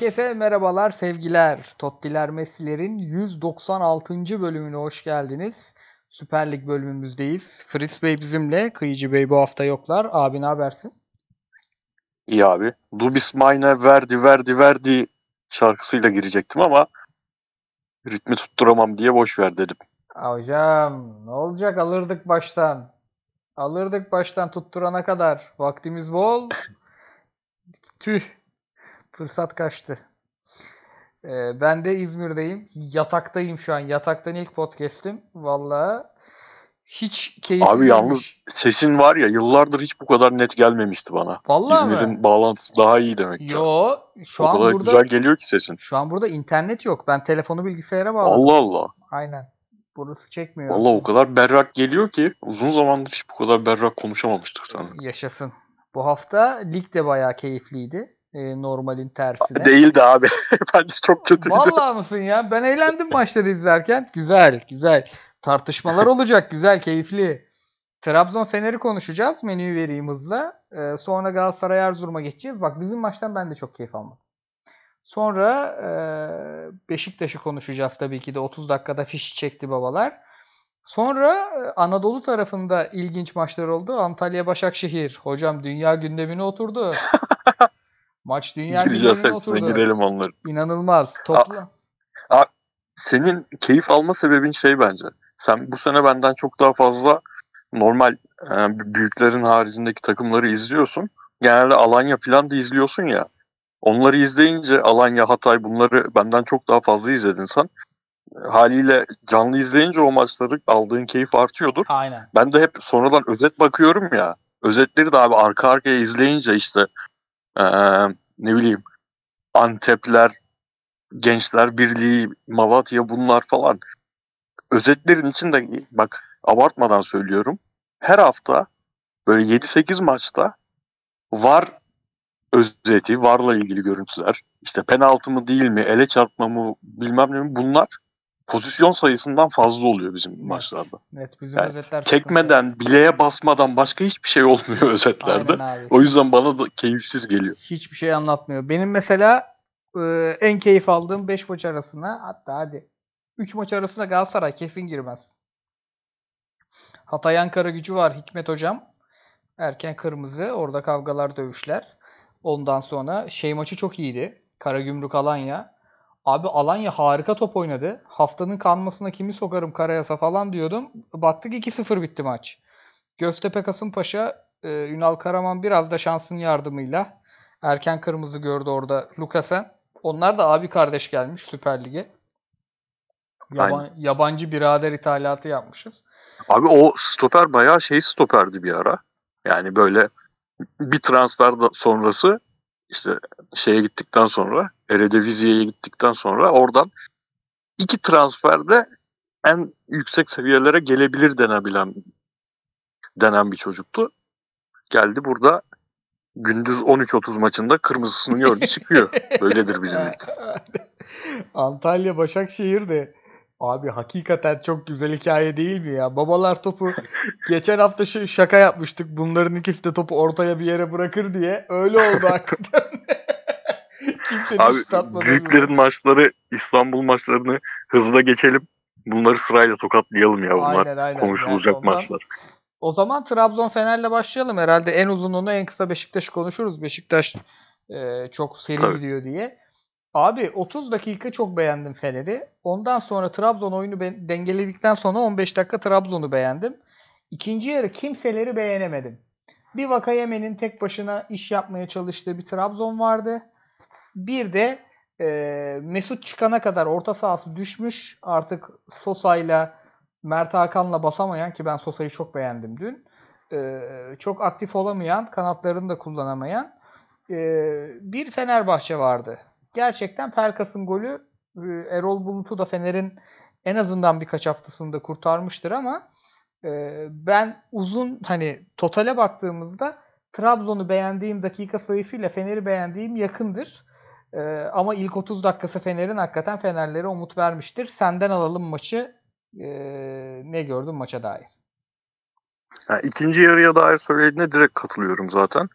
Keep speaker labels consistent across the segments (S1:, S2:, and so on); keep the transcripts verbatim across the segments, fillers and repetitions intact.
S1: Herkese merhabalar, sevgiler. Tottiler Messi'lerin yüz doksan altıncı bölümüne hoş geldiniz. Süper Lig bölümümüzdeyiz. Fritz Bey bizimle, Kıyıcı Bey bu hafta yoklar. Abi ne habersin?
S2: İyi abi. Du bist meine Verdi Verdi Verdi şarkısıyla girecektim ama ritmi tutturamam diye boş ver dedim.
S1: Hocam ne olacak alırdık baştan. Alırdık baştan tutturana kadar. Vaktimiz bol. Tüh, fırsat kaçtı. Ee, ben de İzmir'deyim. Yataktayım şu an. Yataktan ilk podcast'im. Vallahi hiç keyifli
S2: Abi yalnız
S1: değilmiş.
S2: sesin var ya yıllardır hiç bu kadar net gelmemişti bana.
S1: Vallahi mı?
S2: İzmir'in bağlantısı daha iyi demek ki.
S1: Yo, şu
S2: O
S1: an
S2: kadar güzel
S1: burada
S2: geliyor ki sesin.
S1: şu an burada internet yok. Ben telefonu bilgisayara
S2: Allah
S1: bağladım.
S2: Allah.
S1: Aynen. Burası çekmiyor.
S2: Vallahi o kadar berrak geliyor ki uzun zamandır hiç bu kadar berrak konuşamamıştık sana.
S1: Yaşasın. Bu hafta lig de bayağı keyifliydi. Ee, normalin tersine.
S2: Değildi abi. Bence çok kötüydü.
S1: Vallahi mısın ya? Ben eğlendim maçları izlerken. Güzel, güzel. Tartışmalar olacak. Güzel, keyifli. Trabzon Fener'i konuşacağız. Menüyü vereyim hızla. Ee, sonra Galatasaray Erzurum'a geçeceğiz. Bak bizim maçtan ben de çok keyif almadım. Sonra e, Beşiktaş'ı konuşacağız tabii ki de otuz dakikada fiş çekti babalar. Sonra e, Anadolu tarafında ilginç maçlar oldu. Antalya Başakşehir. Hocam dünya gündemine oturdu. Maç dünya
S2: Gireceğiz
S1: gündemine
S2: hepsine
S1: oturdu.
S2: girelim onları.
S1: İnanılmaz.
S2: A-
S1: Topla.
S2: a- Senin keyif alma sebebin şey bence. Sen bu sene benden çok daha fazla normal e, büyüklerin haricindeki takımları izliyorsun. Genelde Alanya falan da izliyorsun ya. Onları izleyince Alanya, Hatay bunları benden çok daha fazla izledin sen. Haliyle canlı izleyince o maçları aldığın keyif artıyordur.
S1: Aynen.
S2: Ben de hep sonradan özet bakıyorum ya. Özetleri de abi arka arkaya izleyince işte e, ne bileyim Antepler, Gençler Birliği, Malatya bunlar falan. Özetlerin içinde bak abartmadan söylüyorum. Her hafta böyle yedi sekiz maçta var özeti, varla ilgili görüntüler, işte penaltı mı değil mi, ele çarpma mı bilmem ne mi bunlar pozisyon sayısından fazla oluyor bizim
S1: Net.
S2: maçlarda.
S1: Net. Bizim
S2: Yani
S1: özetler sıkıntı.
S2: çekmeden, bileğe basmadan başka hiçbir şey olmuyor özetlerde.
S1: Aynen abi.
S2: O
S1: Hiç,
S2: yüzden bana da keyifsiz geliyor.
S1: hiçbir şey anlatmıyor. Benim mesela e, en keyif aldığım beş maç arasına, hatta hadi üç maç arasında Galatasaray kesin girmez. Hatay Ankara Gücü var, Hikmet hocam. Erken kırmızı. Orada kavgalar, dövüşler. Ondan sonra şey maçı çok iyiydi. Karagümrük Alanya. Abi Alanya harika top oynadı. Haftanın kanmasına kimi sokarım Karayasa falan diyordum. Baktık iki sıfır bitti maç. Göztepe Kasımpaşa, e, Ünal Karaman biraz da şansın yardımıyla erken kırmızı gördü orada Lukasen. Onlar da abi kardeş gelmiş Süper Lig'e.
S2: Aynen.
S1: Yaban, yabancı birader ithalatı yapmışız.
S2: Abi o stoper bayağı şey stoperdi bir ara. Yani böyle bir transfer sonrası işte şeye gittikten sonra Eredivisie'ye gittikten sonra oradan iki transferde en yüksek seviyelere gelebilir denebilen denen bir çocuktu. Geldi burada gündüz on üç otuz maçında kırmızısını gördü çıkıyor. Böyledir bizim lig.
S1: Antalya Başakşehir de abi hakikaten çok güzel hikaye değil mi ya? Babalar topu geçen hafta şu şaka yapmıştık. Bunların ikisi de topu ortaya bir yere bırakır diye. Öyle oldu hakikaten. Kimsenin
S2: Abi
S1: şut atmadığı bir
S2: büyüklerin
S1: maç.
S2: maçları İstanbul maçlarını hızla geçelim. Bunları sırayla tokatlayalım ya bunlar
S1: Aynen aynen. Yani
S2: konuşulacak
S1: ondan
S2: maçlar.
S1: o zaman Trabzon Fener'le başlayalım. Herhalde en uzunluğunu en kısa Beşiktaş'ı konuşuruz. Beşiktaş e, çok seri
S2: Tabii.
S1: gidiyor diye. Abi otuz dakika çok beğendim Fener'i. Ondan sonra Trabzon oyunu ben- dengeledikten sonra on beş dakika Trabzon'u beğendim. İkinci yarı kimseleri beğenemedim. Bir Vakayeme'nin tek başına iş yapmaya çalıştığı bir Trabzon vardı. Bir de e, Mesut çıkana kadar orta sahası düşmüş. Artık Sosa'yla Mert Hakan'la basamayan, ki ben Sosa'yı çok beğendim dün. E, çok aktif olamayan, kanatlarını da kullanamayan e, bir Fenerbahçe vardı. Gerçekten Pelkas'ın golü e, Erol Bulut'u da Fener'in en azından birkaç haftasında kurtarmıştır ama e, ben uzun hani totale baktığımızda Trabzon'u beğendiğim dakika sayısıyla Fener'i beğendiğim yakındır. E, ama ilk otuz dakikası Fener'in hakikaten Fenerlere umut vermiştir. Senden alalım maçı. E, ne gördün maça dair?
S2: Yani ikinci yarıya dair söylediğine direkt katılıyorum zaten.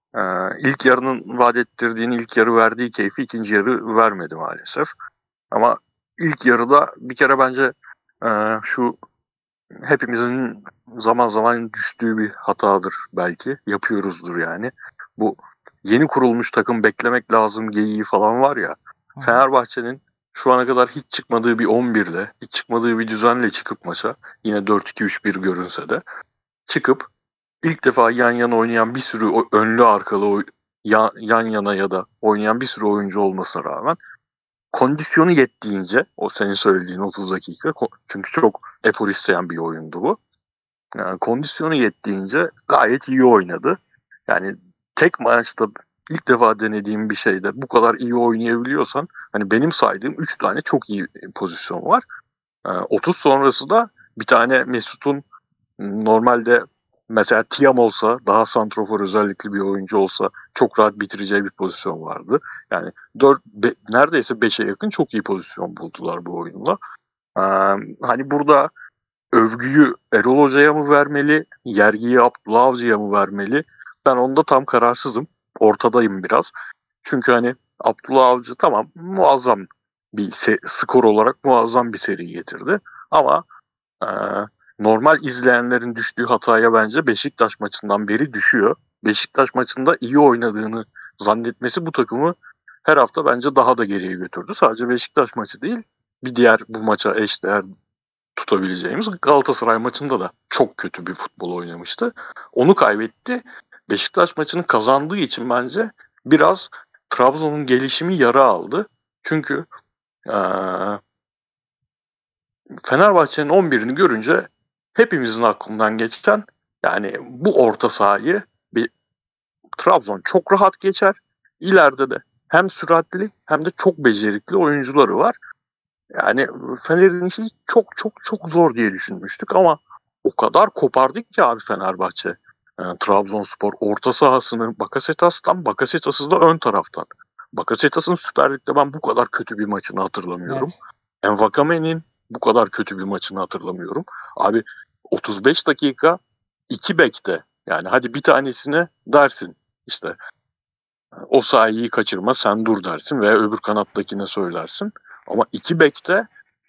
S2: Ee, ilk yarının vaat ettirdiğini, ilk yarı verdiği keyfi ikinci yarı vermedi maalesef. Ama ilk yarıda bir kere bence e, şu hepimizin zaman zaman düştüğü bir hatadır belki. Yapıyoruzdur yani. Bu yeni kurulmuş takım beklemek lazım geyiği falan var ya.
S1: Hı hı.
S2: Fenerbahçe'nin şu ana kadar hiç çıkmadığı bir on birle, hiç çıkmadığı bir düzenle çıkıp maça, yine dört iki üç bir görünse de çıkıp ilk defa yan yana oynayan bir sürü o- önlü arkalı oy- ya- yan yana ya da oynayan bir sürü oyuncu olmasına rağmen kondisyonu yettiğince, o senin söylediğin otuz dakika, ko- çünkü çok efor isteyen bir oyundu bu. Yani kondisyonu yettiğince gayet iyi oynadı. Yani tek maçta ilk defa denediğim bir şeyde bu kadar iyi oynayabiliyorsan, hani benim saydığım üç tane çok iyi pozisyon var. Ee, otuz sonrası da bir tane Mesut'un normalde mesela Tiam olsa, daha santrofor özellikli bir oyuncu olsa çok rahat bitireceği bir pozisyon vardı. Yani dört be, neredeyse beşe yakın çok iyi pozisyon buldular bu oyunla. Ee, hani burada övgüyü Erol Hoca'ya mı vermeli, yergiyi Abdullah Avcı'ya mı vermeli? Ben onda tam kararsızım. Ortadayım biraz. Çünkü hani Abdullah Avcı tamam muazzam bir se- skor olarak muazzam bir seri getirdi. Ama e, normal izleyenlerin düştüğü hataya bence Beşiktaş maçından beri düşüyor. Beşiktaş maçında iyi oynadığını zannetmesi bu takımı her hafta bence daha da geriye götürdü. Sadece Beşiktaş maçı değil, bir diğer bu maça eşdeğer tutabileceğimiz Galatasaray maçında da çok kötü bir futbol oynamıştı. Onu kaybetti. Beşiktaş maçını kazandığı için bence biraz Trabzon'un gelişimi yara aldı. Çünkü ee, Fenerbahçe'nin on birini görünce hepimizin aklından geçen, yani bu orta sahayı bir Trabzon çok rahat geçer. İleride de hem süratli hem de çok becerikli oyuncuları var. Yani Fener'in işi çok çok çok zor diye düşünmüştük ama o kadar kopardık ki abi Fenerbahçe. Yani Trabzonspor orta sahasını Bakasetas'tan, Bakasetas'ı da ön taraftan. Bakasetas'ın Süper Lig'de ben bu kadar kötü bir maçını hatırlamıyorum.
S1: Net.
S2: Envakame'nin bu kadar kötü bir maçını hatırlamıyorum. Abi otuz beş dakika iki bekte, yani hadi bir tanesine dersin işte o sayıyı kaçırma sen dur dersin veya öbür kanattakine söylersin. Ama iki bekte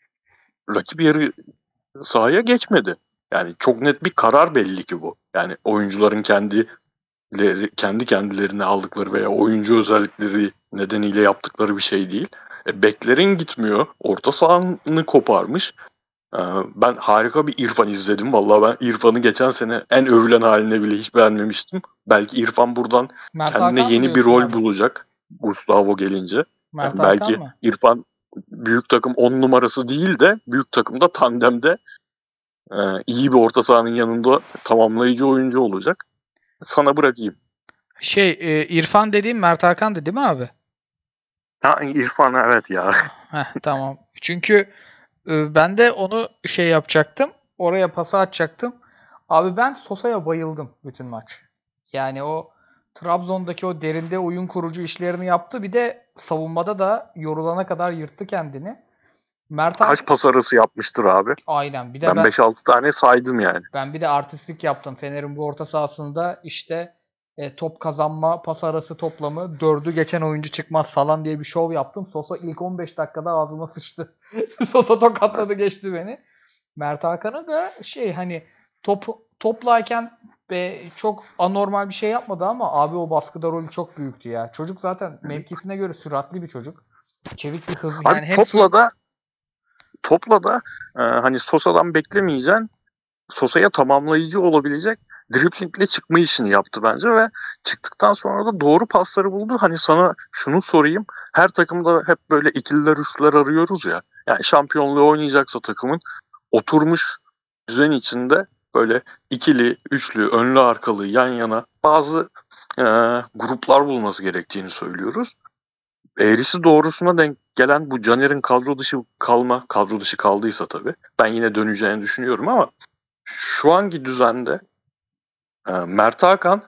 S2: rakip yarı sahaya geçmedi. Yani çok net bir karar belli ki bu. Yani oyuncuların kendileri kendi kendilerine aldıkları veya oyuncu özellikleri nedeniyle yaptıkları bir şey değil. E, beklerin gitmiyor. Orta sahanı koparmış. E, ben harika bir İrfan izledim. Vallahi ben İrfan'ı geçen sene en övülen haline bile hiç beğenmemiştim. Belki İrfan buradan
S1: Mert
S2: kendine
S1: Hakan mı
S2: yeni bir
S1: diyorsun
S2: rol
S1: abi?
S2: bulacak. Gustavo gelince.
S1: Mert
S2: Yani
S1: Hakan
S2: belki
S1: mı?
S2: İrfan büyük takım on numarası değil de büyük takımda tandemde e, iyi bir orta sahanın yanında tamamlayıcı oyuncu olacak. Sana bırakayım.
S1: Şey, e, İrfan dediğim Mert Hakan'dı değil mi abi?
S2: Ha, İrfan evet ya.
S1: Heh, tamam. Çünkü e, ben de onu şey yapacaktım. Oraya pası atacaktım. Abi ben Sosa'ya bayıldım bütün maç. Yani o Trabzon'daki o derinde oyun kurucu işlerini yaptı. Bir de savunmada da yorulana kadar yırttı kendini. Mert
S2: Kaç
S1: Hakan
S2: pas arası yapmıştır abi?
S1: aynen. Bir de
S2: Ben
S1: ben
S2: beş altı tane saydım yani.
S1: Ben bir de artistlik yaptım. Fener'in bu orta sahasında işte e, top kazanma, pas arası toplamı, dördü geçen oyuncu çıkmaz falan diye bir şov yaptım. Sosa ilk on beş dakikada ağzıma sıçtı. Sosa tokatladı geçti beni. Mert Hakan'a da şey hani top toplayken e, çok anormal bir şey yapmadı ama abi o baskıda rolü çok büyüktü ya. Çocuk zaten mevkisine göre süratli bir çocuk. Çevik bir hız
S2: Abi
S1: yani hem sür
S2: topla da topla da e, hani Sosa'dan beklemeyeceksin. Sosa'ya tamamlayıcı olabilecek driblingle çıkma işini yaptı bence ve çıktıktan sonra da doğru pasları buldu. Hani sana şunu sorayım. Her takımda hep böyle ikililer, üçlüler arıyoruz ya. Yani şampiyonluğu oynayacaksa takımın oturmuş düzen içinde böyle ikili, üçlü, önlü, arkalı, yan yana bazı e, gruplar bulması gerektiğini söylüyoruz. Eğrisi doğrusuna denk gelen bu Caner'in kadro dışı kalma, kadro dışı kaldıysa tabii. Ben yine döneceğini düşünüyorum ama şu anki düzende e, Mert Hakan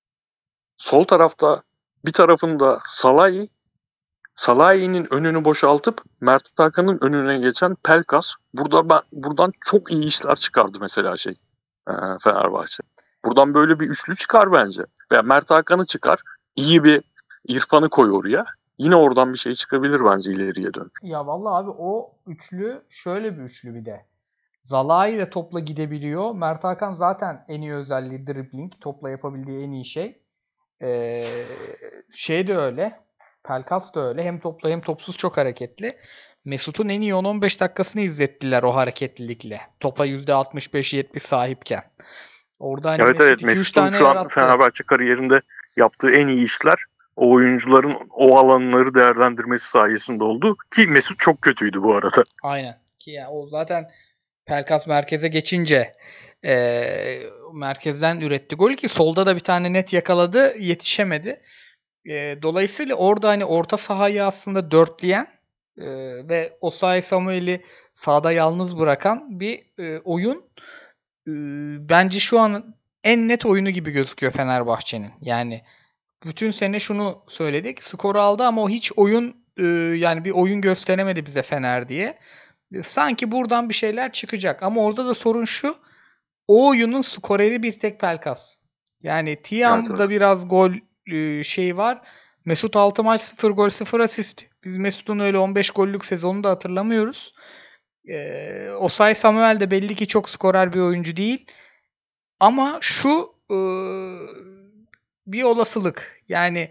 S2: sol tarafta bir tarafında Salahi, Salahi'nin önünü boşaltıp Mert Hakan'ın önüne geçen Pelkas. Burada ben buradan çok iyi işler çıkardı mesela şey e, Fenerbahçe. Buradan böyle bir üçlü çıkar bence. Veya Mert Hakan'ı çıkar. İyi bir İrfan'ı koy oraya. Yine oradan bir şey çıkabilir bence ileriye dön.
S1: Ya vallahi abi o üçlü şöyle bir üçlü bir de. Zaha ile topla gidebiliyor. Mert Hakan zaten en iyi özelliği dribbling. Topla yapabildiği en iyi şey. Ee, şey de öyle. Pelkas da öyle. Hem topla hem topsuz çok hareketli. Mesut'un en iyi on on beş dakikasını izlettiler o hareketlilikle. Topa yüzde altmış beş yetmiş sahipken. Orada hani
S2: Evet
S1: Mesut
S2: evet
S1: iki üç
S2: Mesut'un
S1: tane
S2: şu an
S1: yarattı.
S2: Fenerbahçe kariyerinde yaptığı en iyi işler o oyuncuların o alanları değerlendirmesi sayesinde oldu. Ki Mesut çok kötüydü bu arada.
S1: Aynen. Ki ya o zaten Pelkas merkeze geçince e, merkezden üretti gol ki solda da bir tane net yakaladı, yetişemedi. E, dolayısıyla orada hani orta sahayı aslında dörtleyen e, ve Osayi Samuel'i sahada yalnız bırakan bir e, oyun. E, bence şu an en net oyunu gibi gözüküyor Fenerbahçe'nin. Yani bütün sene şunu söyledik. Skoru aldı ama o hiç oyun e, yani bir oyun gösteremedi bize Fener diye. Sanki buradan bir şeyler çıkacak. Ama orada da sorun şu. O oyunun skoreri bir tek Pelkas. Yani
S2: Evet, evet.
S1: Tiam'da biraz gol e, şeyi var. Mesut altı maç sıfır gol sıfır asist. Biz Mesut'un öyle on beş gollük sezonunu da hatırlamıyoruz. E, Osay Samuel de belli ki çok skorer bir oyuncu değil. Ama şu e, bir olasılık. Yani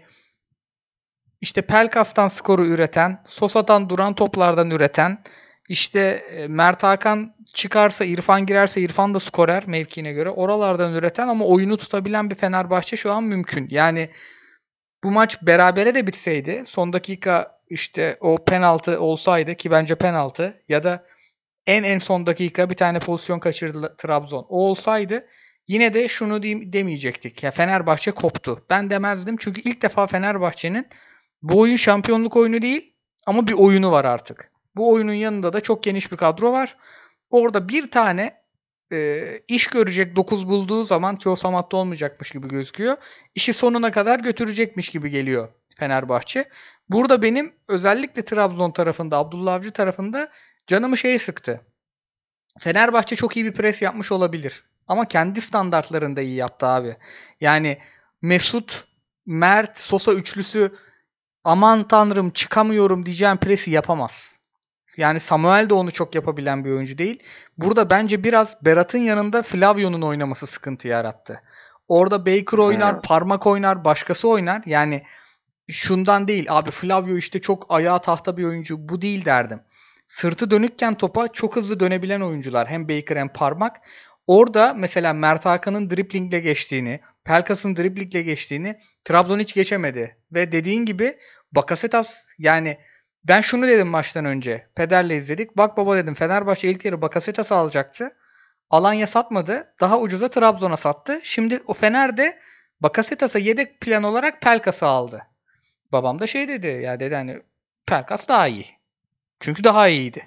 S1: işte Pelkas'tan skoru üreten, Sosa'dan duran toplardan üreten, işte e, Mert Hakan çıkarsa, İrfan girerse İrfan da skorer mevkiine göre. Oralardan üreten ama oyunu tutabilen bir Fenerbahçe şu an mümkün. Yani bu maç berabere de bitseydi, son dakika işte o penaltı olsaydı ki bence penaltı ya da en en son dakika bir tane pozisyon kaçırdı Trabzon. O olsaydı yine de şunu demeyecektik. Ya Fenerbahçe koptu. Ben demezdim çünkü ilk defa Fenerbahçe'nin bu oyun şampiyonluk oyunu değil ama bir oyunu var artık. Bu oyunun yanında da çok geniş bir kadro var. Orada bir tane e, iş görecek dokuz bulduğu zaman ki o Samat'ta olmayacakmış gibi gözüküyor. İşi sonuna kadar götürecekmiş gibi geliyor Fenerbahçe. Burada benim özellikle Trabzon tarafında, Abdullah Avcı tarafında canımı şey sıktı. Fenerbahçe çok iyi bir pres yapmış olabilir. Ama kendi standartlarında iyi yaptı abi. Yani Mesut, Mert, Sosa üçlüsü aman tanrım çıkamıyorum diyeceğim presi yapamaz. Yani Samuel de onu çok yapabilen bir oyuncu değil. Burada bence biraz Berat'ın yanında Flavio'nun oynaması sıkıntı yarattı. Orada Baker oynar,
S2: Evet.
S1: parmak oynar, başkası oynar. Yani şundan değil abi Flavio işte çok ayağı tahta bir oyuncu bu değil derdim. Sırtı dönükken topa çok hızlı dönebilen oyuncular. Hem Baker hem parmak. Orada mesela Mert Hakan'ın driblingle geçtiğini, Pelkas'ın driblingle geçtiğini Trabzon hiç geçemedi. Ve dediğin gibi Bakasetas yani ben şunu dedim maçtan önce. Peder'le izledik. Bak baba dedim Fenerbahçe ilk yarı Bakasetas'ı alacaktı. Alanya satmadı. Daha ucuza Trabzon'a sattı. Şimdi o Fener de Bakasetas'a yedek plan olarak Pelkas'ı aldı. Babam da şey dedi ya dedi hani Pelkas daha iyi. Çünkü daha iyiydi.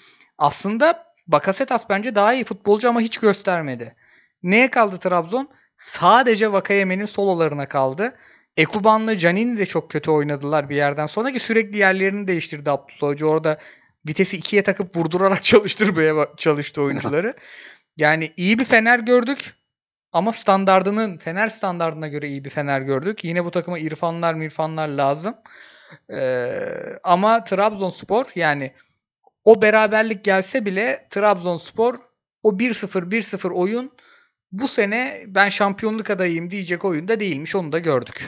S1: Aslında Bakasetas bence daha iyi futbolcu ama hiç göstermedi. Neye kaldı Trabzon? Sadece Vakayeme'nin sololarına kaldı. Ekuban'la Canini de çok kötü oynadılar bir yerden sonra ki sürekli yerlerini değiştirdi Abdullah Hoca. Orada vitesi ikiye takıp vurdurarak çalıştırmaya çalıştı oyuncuları. Yani iyi bir Fener gördük ama standardının Fener standardına göre iyi bir Fener gördük. Yine bu takıma İrfanlar mirfanlar lazım. Ee, ama Trabzonspor yani o beraberlik gelse bile Trabzonspor o bir sıfır bir sıfır oyun bu sene ben şampiyonluk adayıyım diyecek oyunda değilmiş. Onu da gördük.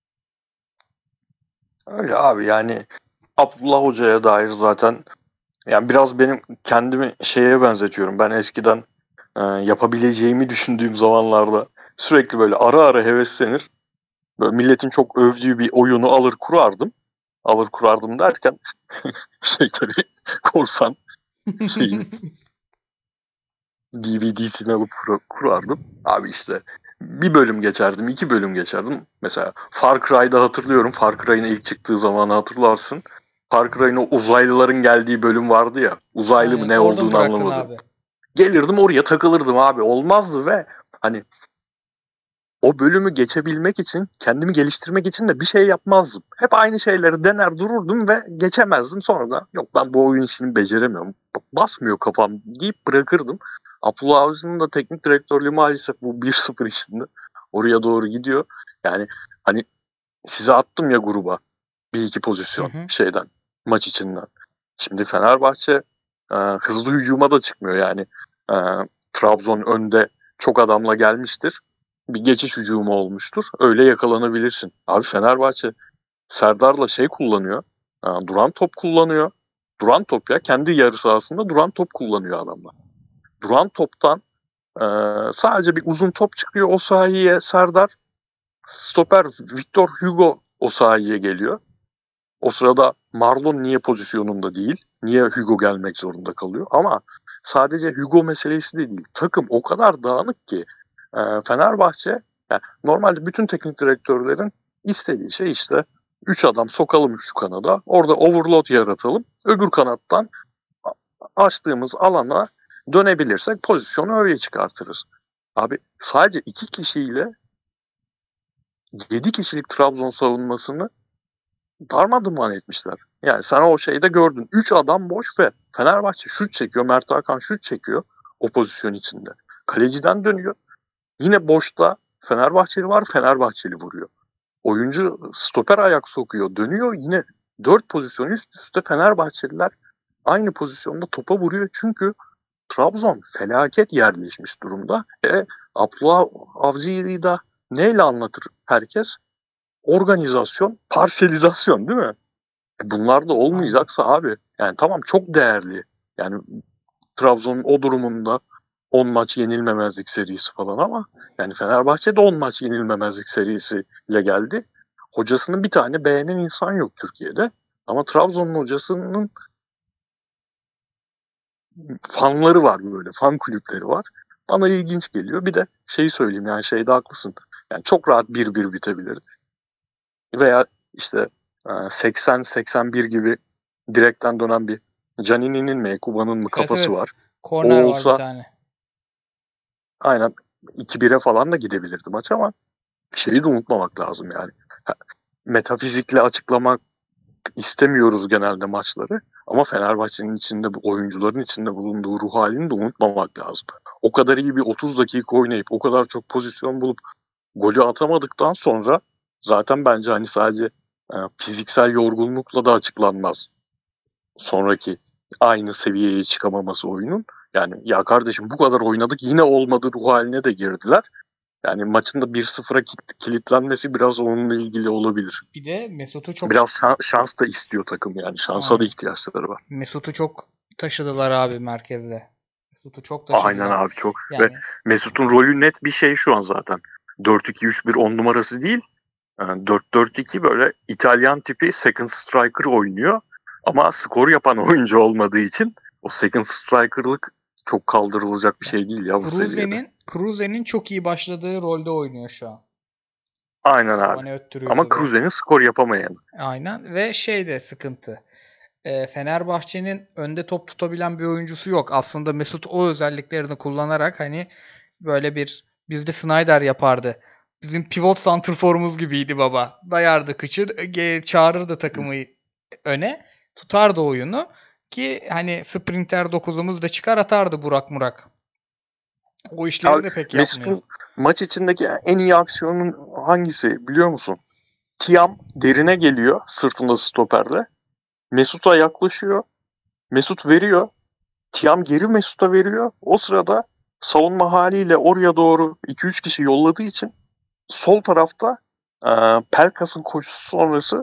S2: Öyle abi yani Abdullah Hoca'ya dair zaten yani biraz benim kendimi şeye benzetiyorum. Ben eskiden e, yapabileceğimi düşündüğüm zamanlarda sürekli böyle ara ara heveslenir. Böyle milletin çok övdüğü bir oyunu alır kurardım. Alır kurardım derken şey tabii korsan şeyin D V D'sini alıp kur- kurardım. Abi işte bir bölüm geçerdim, iki bölüm geçerdim. Mesela Far Cry'da hatırlıyorum. Far Cry'ın ilk çıktığı zamanı hatırlarsın. Far Cry'ın o uzaylıların geldiği bölüm vardı ya. Uzaylı mı
S1: Aynen.
S2: ne
S1: Orada mı
S2: olduğunu
S1: bıraktın
S2: anlamadım.
S1: abi?
S2: Gelirdim oraya takılırdım abi. Olmazdı ve hani o bölümü geçebilmek için, kendimi geliştirmek için de bir şey yapmazdım. Hep aynı şeyleri dener dururdum ve geçemezdim. Sonra da yok ben bu oyun işini beceremiyorum, basmıyor kafam deyip bırakırdım. Abdullah Avcı'nın da teknik direktörlüğü maalesef bu bir sıfır işinde oraya doğru gidiyor. Yani hani size attım ya gruba bir iki pozisyon
S1: Hı hı.
S2: şeyden, maç içinden. Şimdi Fenerbahçe e, hızlı hücuma da çıkmıyor yani. E, Trabzon önde çok adamla gelmiştir. Bir geçiş hücumu olmuştur. Öyle yakalanabilirsin. Abi Fenerbahçe Serdar'la şey kullanıyor. E, duran top kullanıyor. Duran top ya. Kendi yarı sahasında duran top kullanıyor adamlar. Duran toptan e, sadece bir uzun top çıkıyor o sahaya Serdar. Stoper Victor Hugo o sahaya geliyor. O sırada Marlon niye pozisyonunda değil? Niye Hugo gelmek zorunda kalıyor? Ama sadece Hugo meselesi de değil. Takım o kadar dağınık ki e, Fenerbahçe yani normalde bütün teknik direktörlerin istediği şey işte üç adam sokalım şu kanada. Orada overload yaratalım. Öbür kanattan açtığımız alana dönebilirsek pozisyonu öyle çıkartırız. Abi sadece iki kişiyle yedi kişilik Trabzon savunmasını darmadağın etmişler. Yani sen o şeyde gördün. üç adam boş ve Fenerbahçe şut çekiyor. Mert Hakan şut çekiyor o pozisyon içinde. Kaleciden dönüyor. Yine boşta Fenerbahçeli var. Fenerbahçeli vuruyor. Oyuncu stoper ayak sokuyor. Dönüyor. Yine dört pozisyon üst üste Fenerbahçeliler aynı pozisyonda topa vuruyor. Çünkü Trabzon felaket yerleşmiş durumda. E, Abdullah Avcı'yı da neyle anlatır herkes? Organizasyon, parselizasyon değil mi? Bunlar da olmayacaksa Aynen. abi yani tamam çok değerli. Yani Trabzon'un o durumunda on maç yenilmemezlik serisi falan ama yani Fenerbahçe de on maç yenilmemezlik serisiyle geldi. Hocasının bir tane beğenen insan yok Türkiye'de. Ama Trabzon'un hocasının fanları var böyle. Fan kulüpleri var. Bana ilginç geliyor. Bir de şeyi söyleyeyim yani şeyde haklısın. Yani çok rahat bir bir bitebilirdi. Veya işte seksen seksen bir gibi direkten dönen bir Canini'nin mi Kuba'nın mı
S1: Evet
S2: kafası
S1: evet.
S2: var. O
S1: Korner var bir
S2: olsa
S1: tane.
S2: aynen iki bire falan da gidebilirdi maç ama şeyi de unutmamak lazım yani. Metafizikle açıklamak istemiyoruz genelde maçları ama Fenerbahçe'nin içinde bu oyuncuların içinde bulunduğu ruh halini de unutmamak lazım. O kadar iyi bir otuz dakika oynayıp o kadar çok pozisyon bulup golü atamadıktan sonra zaten bence hani sadece e, fiziksel yorgunlukla da açıklanmaz. Sonraki aynı seviyeye çıkamaması oyunun. Yani ya kardeşim bu kadar oynadık yine olmadı ruh haline de girdiler. Yani maçın da bir sıfıra kilitlenmesi biraz onunla ilgili olabilir.
S1: Bir de Mesut'u çok
S2: Biraz şans, şans da istiyor takım yani. Şansa
S1: Aynen.
S2: da ihtiyaçları var.
S1: Mesut'u çok taşıdılar abi merkezde. Mesut'u çok
S2: Aynen
S1: taşıdılar.
S2: abi çok. Ve
S1: Yani
S2: Mesut'un rolü net bir şey şu an zaten. dört iki üç bir on numarası değil. Yani dört dört iki böyle İtalyan tipi second striker oynuyor. Ama skor yapan oyuncu olmadığı için o second striker'lık çok kaldırılacak bir şey değil ya bu seviyede.
S1: Kruse'nin Kruse'nin çok iyi başladığı rolde oynuyor şu an.
S2: Aynen abi.
S1: Tavanı
S2: Ama
S1: öttürüyordu ve
S2: Kruse'nin skor yapamayanı.
S1: aynen ve şey de sıkıntı. E, Fenerbahçe'nin önde top tutabilen bir oyuncusu yok. Aslında Mesut o özelliklerini kullanarak hani böyle bir bizde Snyder yapardı. Bizim pivot santrforumuz gibiydi baba. Dayardı kıçı, ge- çağırırdı takımı öne. Tutardı oyunu ki hani sprinter dokuzumuz da çıkar atardı Burak Murak. O işleri
S2: Abi
S1: de pek yapmıyor.
S2: Mesut'un maç içindeki en iyi aksiyonun hangisi biliyor musun? Tiam derine geliyor sırtında stoperle. Mesut'a yaklaşıyor. Mesut veriyor. Tiam geri Mesut'a veriyor. O sırada savunma haliyle oraya doğru iki üç kişi yolladığı için sol tarafta e, Pelkas'ın koşusu sonrası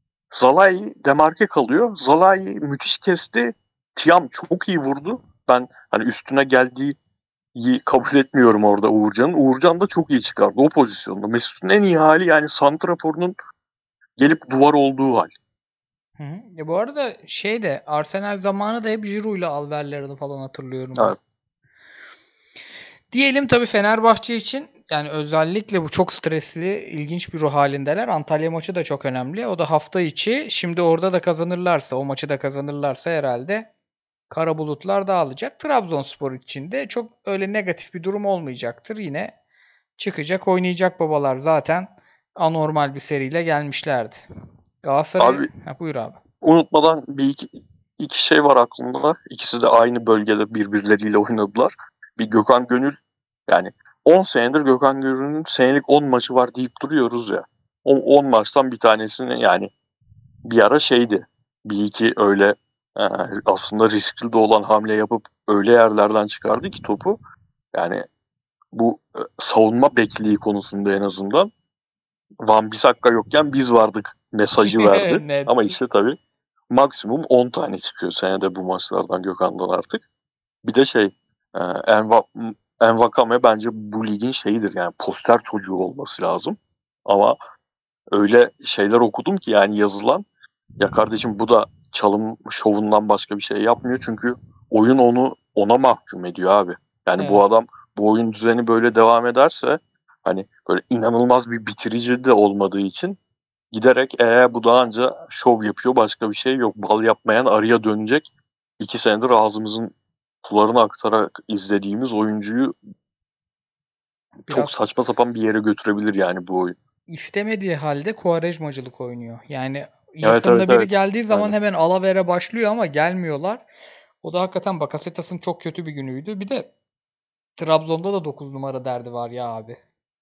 S2: Zalai demarke kalıyor. Zalai müthiş kesti. Tiam çok iyi vurdu. Ben hani üstüne geldiği iyi kabul etmiyorum orada Uğurcan'ın. Uğurcan da çok iyi çıkardı o pozisyonda. Mesut'un en iyi hali yani santraforunun gelip duvar olduğu hal.
S1: Hı hı. Ya bu arada şey de Arsenal zamanı da hep Giroud'la alverlerini falan hatırlıyorum ben.
S2: Evet.
S1: Diyelim tabii Fenerbahçe için yani özellikle bu çok stresli, ilginç bir ruh halindeler. Antalya maçı da çok önemli. O da hafta içi. Şimdi orada da kazanırlarsa, o maçı da kazanırlarsa herhalde kara bulutlar dağılacak. Trabzonspor için de çok öyle negatif bir durum olmayacaktır. Yine Çıkacak, oynayacak babalar. Zaten anormal bir seriyle gelmişlerdi. Galatasaray...
S2: Abi
S1: Ha, buyur abi.
S2: unutmadan bir iki, iki şey var aklımda. İkisi de aynı bölgede birbirleriyle oynadılar. Bir Gökhan Gönül, yani on senedir Gökhan Gönül'ün senelik on maçı var deyip duruyoruz ya. O on maçtan bir tanesini, yani bir ara şeydi. Bir iki öyle e, aslında riskli de olan hamle yapıp öyle yerlerden çıkardı ki topu. Yani bu e, savunma bekliği konusunda en azından Van Bissaka yokken biz vardık mesajı verdi.
S1: Net.
S2: Ama işte tabii maksimum on tane çıkıyor senede bu maçlardan Gökhan'dan artık. Bir de şey, e, Enva, Envakame bence bu ligin şeyidir, yani poster çocuğu olması lazım. Ama öyle şeyler okudum ki, yani yazılan, ya kardeşim bu da çalım şovundan başka bir şey yapmıyor, çünkü oyun onu ona mahkum ediyor abi. Yani bu
S1: Evet.
S2: adam, bu oyun düzeni böyle devam ederse, hani böyle inanılmaz bir bitirici de olmadığı için giderek eğer bu daha önce şov yapıyor, başka bir şey yok, bal yapmayan arıya dönecek. İki senedir ağzımızın sularını aktararak izlediğimiz oyuncuyu çok
S1: Biraz
S2: saçma sapan bir yere götürebilir yani bu oyun.
S1: istemediği halde Quaresmacılık oynuyor. Yani
S2: Evet, evet,
S1: yakınına biri
S2: evet.
S1: geldiği zaman
S2: Aynen.
S1: hemen alavere başlıyor ama gelmiyorlar. O da hakikaten Bakasetas'ın çok kötü bir günüydü. Bir de Trabzon'da da dokuz numara derdi var ya abi.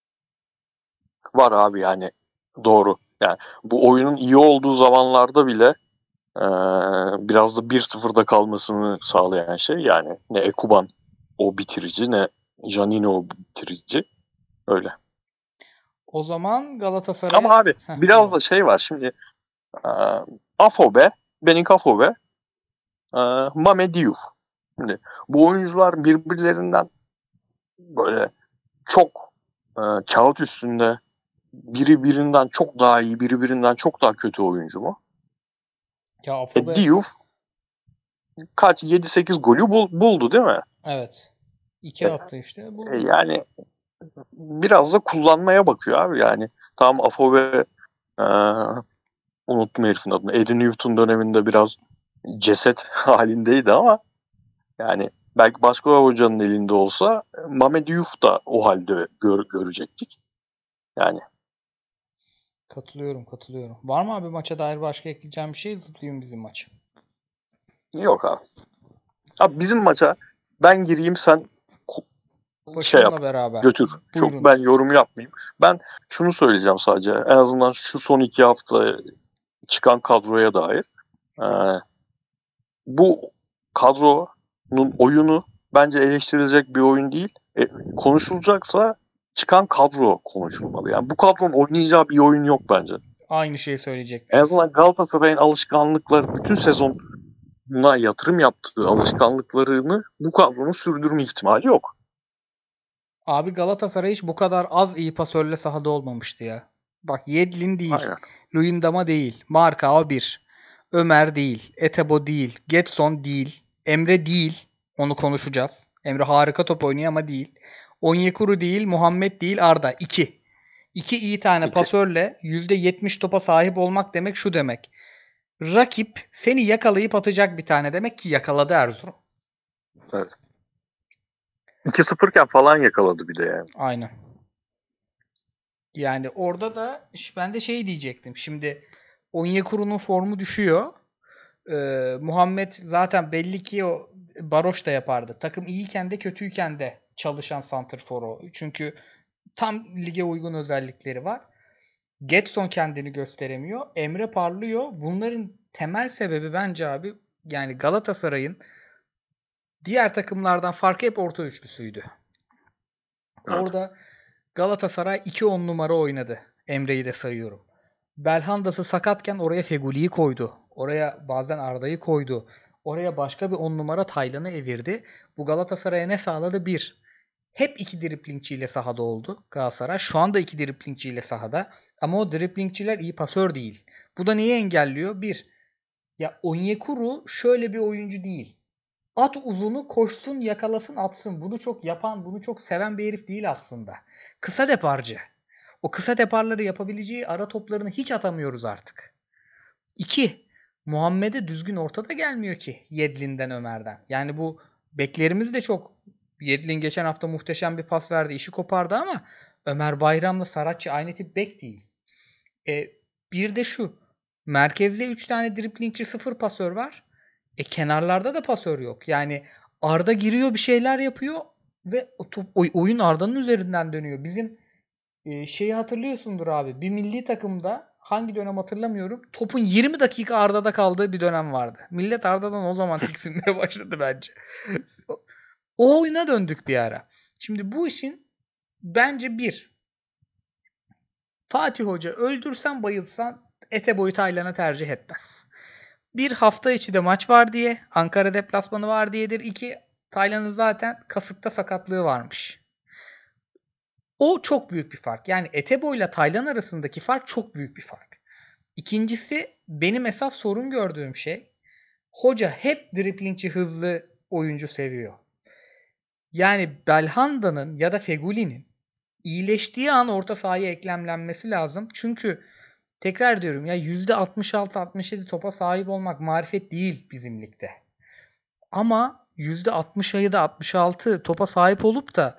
S2: Var abi, yani doğru. Yani bu oyunun iyi olduğu zamanlarda bile eee, biraz da bir sıfırda kalmasını sağlayan şey, yani ne Ekuban o bitirici, ne Janine o bitirici. Öyle.
S1: O zaman
S2: Ama
S1: Galatasaray'a...
S2: abi
S1: Heh, buyur
S2: biraz
S1: abi.
S2: da şey var şimdi, eee Afobe, Benik Afobe, eee Mame Diouf. Şimdi bu oyuncular birbirlerinden böyle çok eee, kağıt üstünde biri birinden çok daha iyi, biri birinden çok daha kötü oyuncu mu?
S1: Ya
S2: E
S1: Afobe,
S2: Diouf kaç yedi sekiz golü bul, buldu değil mi?
S1: evet. İki
S2: E,
S1: attı işte.
S2: e,
S1: Buldu.
S2: yani biraz da kullanmaya bakıyor abi yani. Tamam, Afobe, e, unuttum herifin adını. Eddie Newton döneminde biraz ceset halindeydi ama yani belki başka bir hocanın elinde olsa Mame Diouf da o halde gör, görecektik. Yani
S1: Katılıyorum, katılıyorum. Var mı abi maça dair başka ekleyeceğim bir şey? Zıplayayım bizim maça.
S2: yok abi. Abi bizim maça ben gireyim, sen şey yap,
S1: Başımla beraber.
S2: götür. Çok ben
S1: Buyurunuz.
S2: yorum yapmayayım. Ben şunu söyleyeceğim sadece. En azından şu son iki hafta çıkan kadroya dair. Ee, bu kadronun oyunu bence eleştirilecek bir oyun değil. E, konuşulacaksa çıkan kadro konuşulmalı. Yani bu kadronun oynayacağı bir oyun yok bence.
S1: Aynı şeyi
S2: En
S1: söyleyecekmişiz.
S2: azından Galatasaray'ın alışkanlıkları, bütün sezonuna yatırım yaptığı alışkanlıklarını bu kadronun sürdürme ihtimali yok.
S1: Abi Galatasaray hiç bu kadar az iyi pasörle sahada olmamıştı ya. Bak Yedlin değil.
S2: Aynen.
S1: Luyendama değil. Marka bir. Ömer değil. Etebo değil. Getson değil. Emre değil. Onu konuşacağız. Emre harika top oynuyor ama değil. Onyekuru değil. Muhammed değil. Arda. iki. İki iyi tane
S2: İki.
S1: pasörle yüzde yetmiş topa sahip olmak demek şu demek. Rakip seni yakalayıp atacak bir tane demek ki yakaladı Erzurum.
S2: Evet. iki sıfırken falan yakaladı bir de yani.
S1: Aynen. Yani orada da ben de şey diyecektim. Şimdi Onyekuru'nun formu düşüyor. Ee, Muhammed zaten belli ki o Baroş da yapardı. Takım iyiyken de kötüyken de çalışan santrfor o. Çünkü tam lige uygun özellikleri var. Getson kendini gösteremiyor. Emre parlıyor. Bunların temel sebebi bence abi yani Galatasaray'ın diğer takımlardan farkı hep orta üçlüsüydü.
S2: Evet.
S1: Orada Galatasaray iki on numara oynadı. Emre'yi de sayıyorum. Belhanda'sı sakatken oraya Feguli'yi koydu. Oraya bazen Arda'yı koydu. Oraya başka bir on numara Taylan'ı evirdi. Bu Galatasaray'a ne sağladı? Bir, hep iki driplingçiyle sahada oldu Galatasaray. Şu anda iki driplingçiyle sahada. Ama o driplingçiler iyi pasör değil. Bu da neyi engelliyor? Bir, ya Onyekuru şöyle bir oyuncu değil. At uzunu koşsun, yakalasın, atsın. Bunu çok yapan, bunu çok seven bir herif değil aslında. Kısa deparcı. O kısa deparları yapabileceği ara toplarını hiç atamıyoruz artık. İki, Muhammed'e düzgün ortada gelmiyor ki Yedlin'den, Ömer'den. Yani bu beklerimiz de çok Yedlin geçen hafta muhteşem bir pas verdi. İşi kopardı ama Ömer Bayram'la Saratçı aynı tip bek değil. E, bir de şu. Merkezde üç tane driplingçi, sıfır pasör var. E kenarlarda da pasör yok. Yani Arda giriyor, bir şeyler yapıyor ve o top, oy- oyun Arda'nın üzerinden dönüyor. Bizim e, şeyi hatırlıyorsundur abi. Bir milli takımda, hangi dönem hatırlamıyorum, topun yirmi dakika Arda'da kaldığı bir dönem vardı. Millet Arda'dan o zaman tiksinmeye başladı bence. O o oyuna döndük bir ara. Şimdi bu işin bence bir, Fatih Hoca öldürsen bayılsan Eteboy'u Taylan'a tercih etmez. Bir, hafta içi de maç var diye. Ankara deplasmanı var diyedir. İki, Taylan'ın zaten kasıkta sakatlığı varmış. O çok büyük bir fark. Yani Etebo ile Taylan arasındaki fark çok büyük bir fark. İkincisi, benim esas sorun gördüğüm şey, hoca hep driplingçi, hızlı oyuncu seviyor. Yani Belhanda'nın ya da Fegüli'nin iyileştiği an orta sahaya eklemlenmesi lazım. Çünkü tekrar diyorum ya, yüzde altmış altı altmış yedi topa sahip olmak marifet değil bizim ligde. Ama yüzde altmış yedi altmış altı topa sahip olup da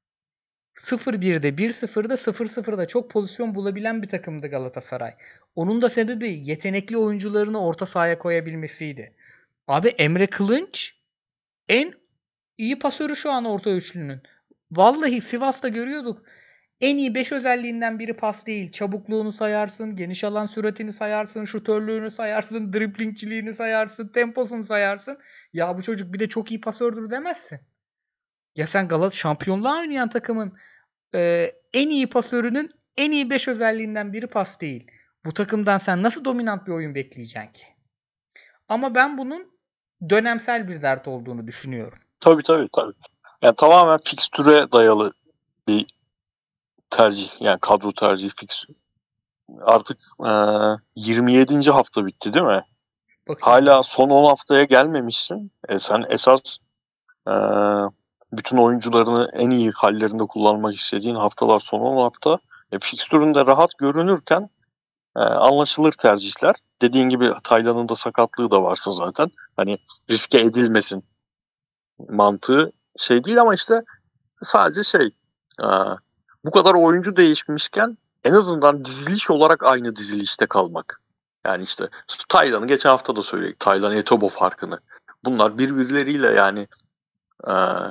S1: sıfır birde, bir sıfırda, sıfır sıfırda çok pozisyon bulabilen bir takımdı Galatasaray. Onun da sebebi yetenekli oyuncularını orta sahaya koyabilmesiydi. Abi Emre Kılınç en iyi pasörü şu an orta üçlünün. Vallahi Sivas'ta görüyorduk. En iyi beş özelliğinden biri pas değil. Çabukluğunu sayarsın, geniş alan süratini sayarsın, şutörlüğünü sayarsın, driplingçiliğini sayarsın, temposunu sayarsın. Ya bu çocuk bir de çok iyi pasördür demezsin. Ya sen Galatasaray şampiyonluğa oynayan takımın e, en iyi pasörünün en iyi beş özelliğinden biri pas değil. Bu takımdan sen nasıl dominant bir oyun bekleyeceksin ki? Ama ben bunun dönemsel bir dert olduğunu düşünüyorum.
S2: Tabii tabii tabii. Yani tamamen fikstüre dayalı bir tercih. Yani kadro tercihi fix. Artık e, yirmi yedinci hafta bitti değil mi?
S1: Bakayım
S2: Hala
S1: abi.
S2: son on haftaya gelmemişsin. E sen esas e, bütün oyuncularını en iyi hallerinde kullanmak istediğin haftalar son on hafta. E, fikstüründe rahat görünürken e, anlaşılır tercihler. Dediğin gibi Taylan'ın da sakatlığı da varsa zaten. Hani riske edilmesin mantığı şey değil ama işte sadece şey e, bu kadar oyuncu değişmişken en azından diziliş olarak aynı dizilişte kalmak. Yani işte Taylan'ı geçen hafta da söyledik. Taylan Etobo farkını. Bunlar birbirleriyle yani e,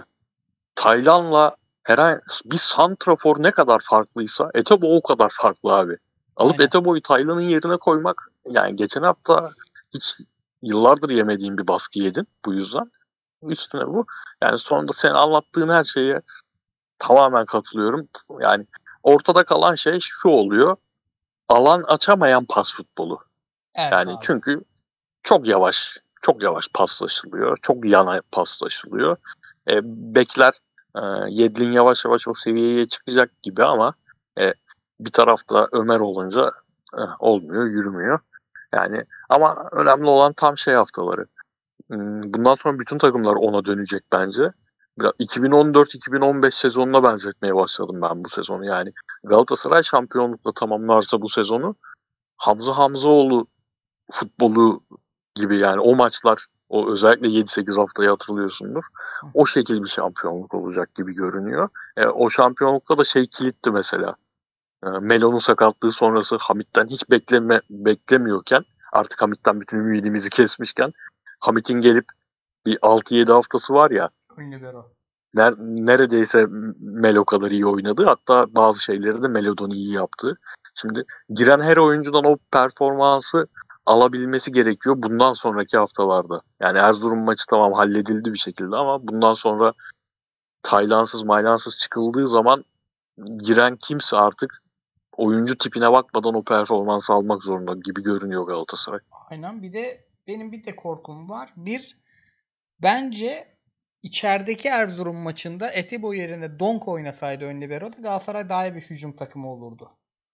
S2: Taylan'la herhangi bir santrafor ne kadar farklıysa Etobo o kadar farklı abi. Alıp
S1: Aynen.
S2: Etobo'yu Taylan'ın yerine koymak, yani geçen hafta hiç yıllardır yemediğim bir baskı yedin bu yüzden. Üstüne bu. Yani sonunda senin anlattığın her şeye tamamen katılıyorum. Yani ortada kalan şey şu oluyor. Alan açamayan pas futbolu.
S1: Evet
S2: Yani
S1: abi.
S2: çünkü çok yavaş, çok yavaş paslaşılıyor. Çok yana paslaşılıyor. E, bekler e, Yedlin yavaş yavaş o seviyeye çıkacak gibi ama e, bir tarafta Ömer olunca e, olmuyor, yürümüyor. Yani ama önemli olan tam şey haftaları. Bundan sonra bütün takımlar ona dönecek bence. iki bin on dört iki bin on beş sezonuna benzetmeye başladım ben bu sezonu. Yani Galatasaray şampiyonlukla tamamlarsa bu sezonu Hamza Hamzaoğlu futbolu gibi, yani o maçlar, o özellikle yedi sekiz haftayı hatırlıyorsundur. O şekil bir şampiyonluk olacak gibi görünüyor. E, o şampiyonlukta da şey kilitti mesela. E, Melo'nun sakatlığı sonrası Hamit'ten hiç bekleme beklemiyorken, artık Hamit'ten bütün ümidimizi kesmişken, Hamit'in gelip bir altı yedi haftası var ya, ner, neredeyse Melo kadar iyi oynadı. Hatta bazı şeyleri de Melo'dan iyi yaptı. Şimdi giren her oyuncudan o performansı alabilmesi gerekiyor bundan sonraki haftalarda. Yani Erzurum maçı tamam halledildi bir şekilde ama bundan sonra Taylansız maylansız çıkıldığı zaman giren kimse artık oyuncu tipine bakmadan o performansı almak zorunda gibi görünüyor Galatasaray.
S1: Aynen. Bir de benim bir de korkum var. Bir, bence içerideki Erzurum maçında Etebo yerine Donk oynasaydı ön libero'da Galatasaray daha iyi bir hücum takımı olurdu.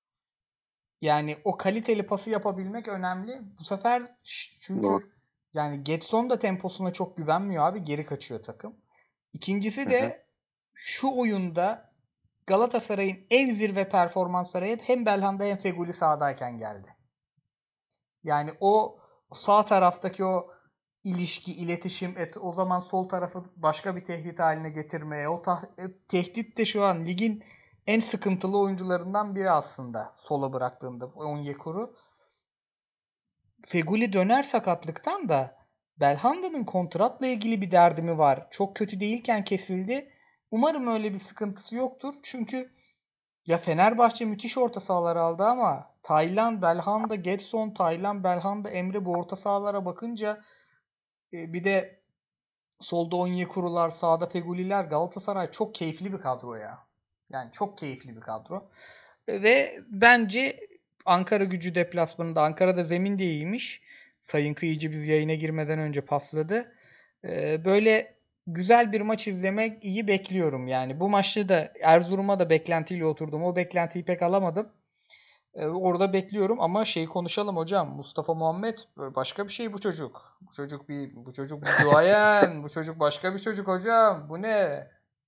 S1: Yani o kaliteli pası yapabilmek önemli. Bu sefer
S2: Doğru.
S1: çünkü yani Getson da temposuna çok güvenmiyor abi. Geri kaçıyor takım. İkincisi
S2: Hı hı.
S1: de şu oyunda Galatasaray'ın en zirve performansları hep hem Belhanda hem Feguli sahadayken geldi. Yani o sağ taraftaki o ilişki, iletişim, et, o zaman sol tarafı başka bir tehdit haline getirmeye. O ta- e, tehdit de şu an ligin en sıkıntılı oyuncularından biri aslında sola bıraktığında Onyekuru. Feguli döner sakatlıktan da Belhanda'nın kontratla ilgili bir derdi mi var? Çok kötü değilken kesildi. Umarım öyle bir sıkıntısı yoktur. Çünkü ya Fenerbahçe müthiş orta sahalar aldı ama Taylan, Belhanda, Gedson, Taylan, Belhanda, Emre bu orta sahalara bakınca e, bir de solda Onyekurular, sağda Feguliler, Galatasaray çok keyifli bir kadro ya. Yani çok keyifli bir kadro. E, Ve bence Ankara Gücü deplasmanında, Ankara'da zemin de iyiymiş. Sayın Kıyıcı biz yayına girmeden önce pasladı. E, Böyle güzel bir maç izlemek iyi bekliyorum yani. Bu maçta da Erzurum'a da beklentiyle oturdum. O beklentiyi pek alamadım. E, orada bekliyorum ama şey konuşalım hocam. Mustafa Muhammed e, başka bir şey bu çocuk. Bu çocuk bir bu çocuk bir duayen. Bu çocuk başka bir çocuk hocam. Bu ne?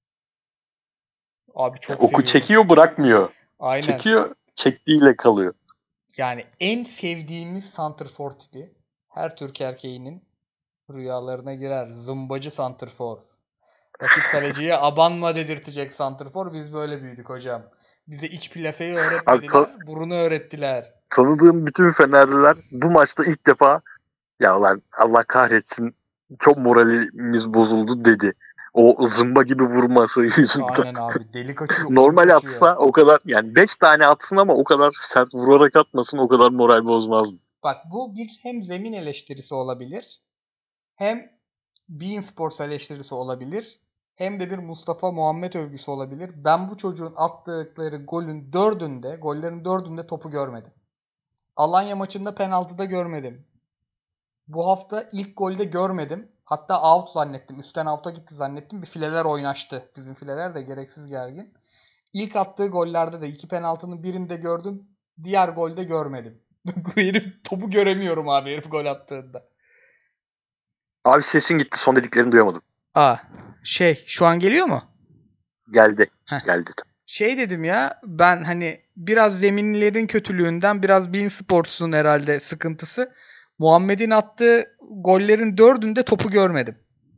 S1: Abi çok
S2: Oku
S1: seviyorum.
S2: çekiyor bırakmıyor.
S1: Aynen.
S2: Çekiyor çektiğiyle kalıyor.
S1: Yani en sevdiğimiz santrfor tipi. Her Türk erkeğinin rüyalarına girer. Zımbacı santrfor. Rakip kaleciye abanma dedirtecek santrfor. Biz böyle büyüdük hocam. Bize iç plaseyi
S2: Abi ta-
S1: öğretmediler. Burunu öğrettiler.
S2: tanıdığım bütün Fenerliler bu maçta ilk defa ya lan Allah kahretsin çok moralimiz bozuldu dedi. O zımba gibi vurması yüzünden.
S1: Aynen abi. Delik açıyor, uyuk
S2: Normal
S1: açıyor.
S2: atsa o kadar yani beş tane atsın ama o kadar sert vurarak atmasın o kadar moral bozmazdı.
S1: Bak bu bir hem zemin eleştirisi olabilir. Hem Bein Sports eleştirisi olabilir. Hem de bir Mustafa Muhammed övgüsü olabilir. Ben bu çocuğun attıkları golün dördünde, gollerin dördünde topu görmedim. Alanya maçında penaltıda görmedim. Bu hafta ilk golde görmedim. Hatta out zannettim. Üstten out'a gitti zannettim. Bir fileler oynaştı. Bizim fileler de gereksiz gergin. İlk attığı gollerde de iki penaltının birinde gördüm. Diğer golde görmedim. Bu herif topu göremiyorum abi herif gol attığında.
S2: Abi sesin gitti son dediklerini duyamadım.
S1: Aa, şey şu an geliyor mu?
S2: Geldi.
S1: Heh.
S2: Geldi.
S1: Şey dedim ya ben hani biraz zeminlerin kötülüğünden biraz Bein Sports'un herhalde sıkıntısı. Muhammed'in attığı gollerin dördünde topu görmedim.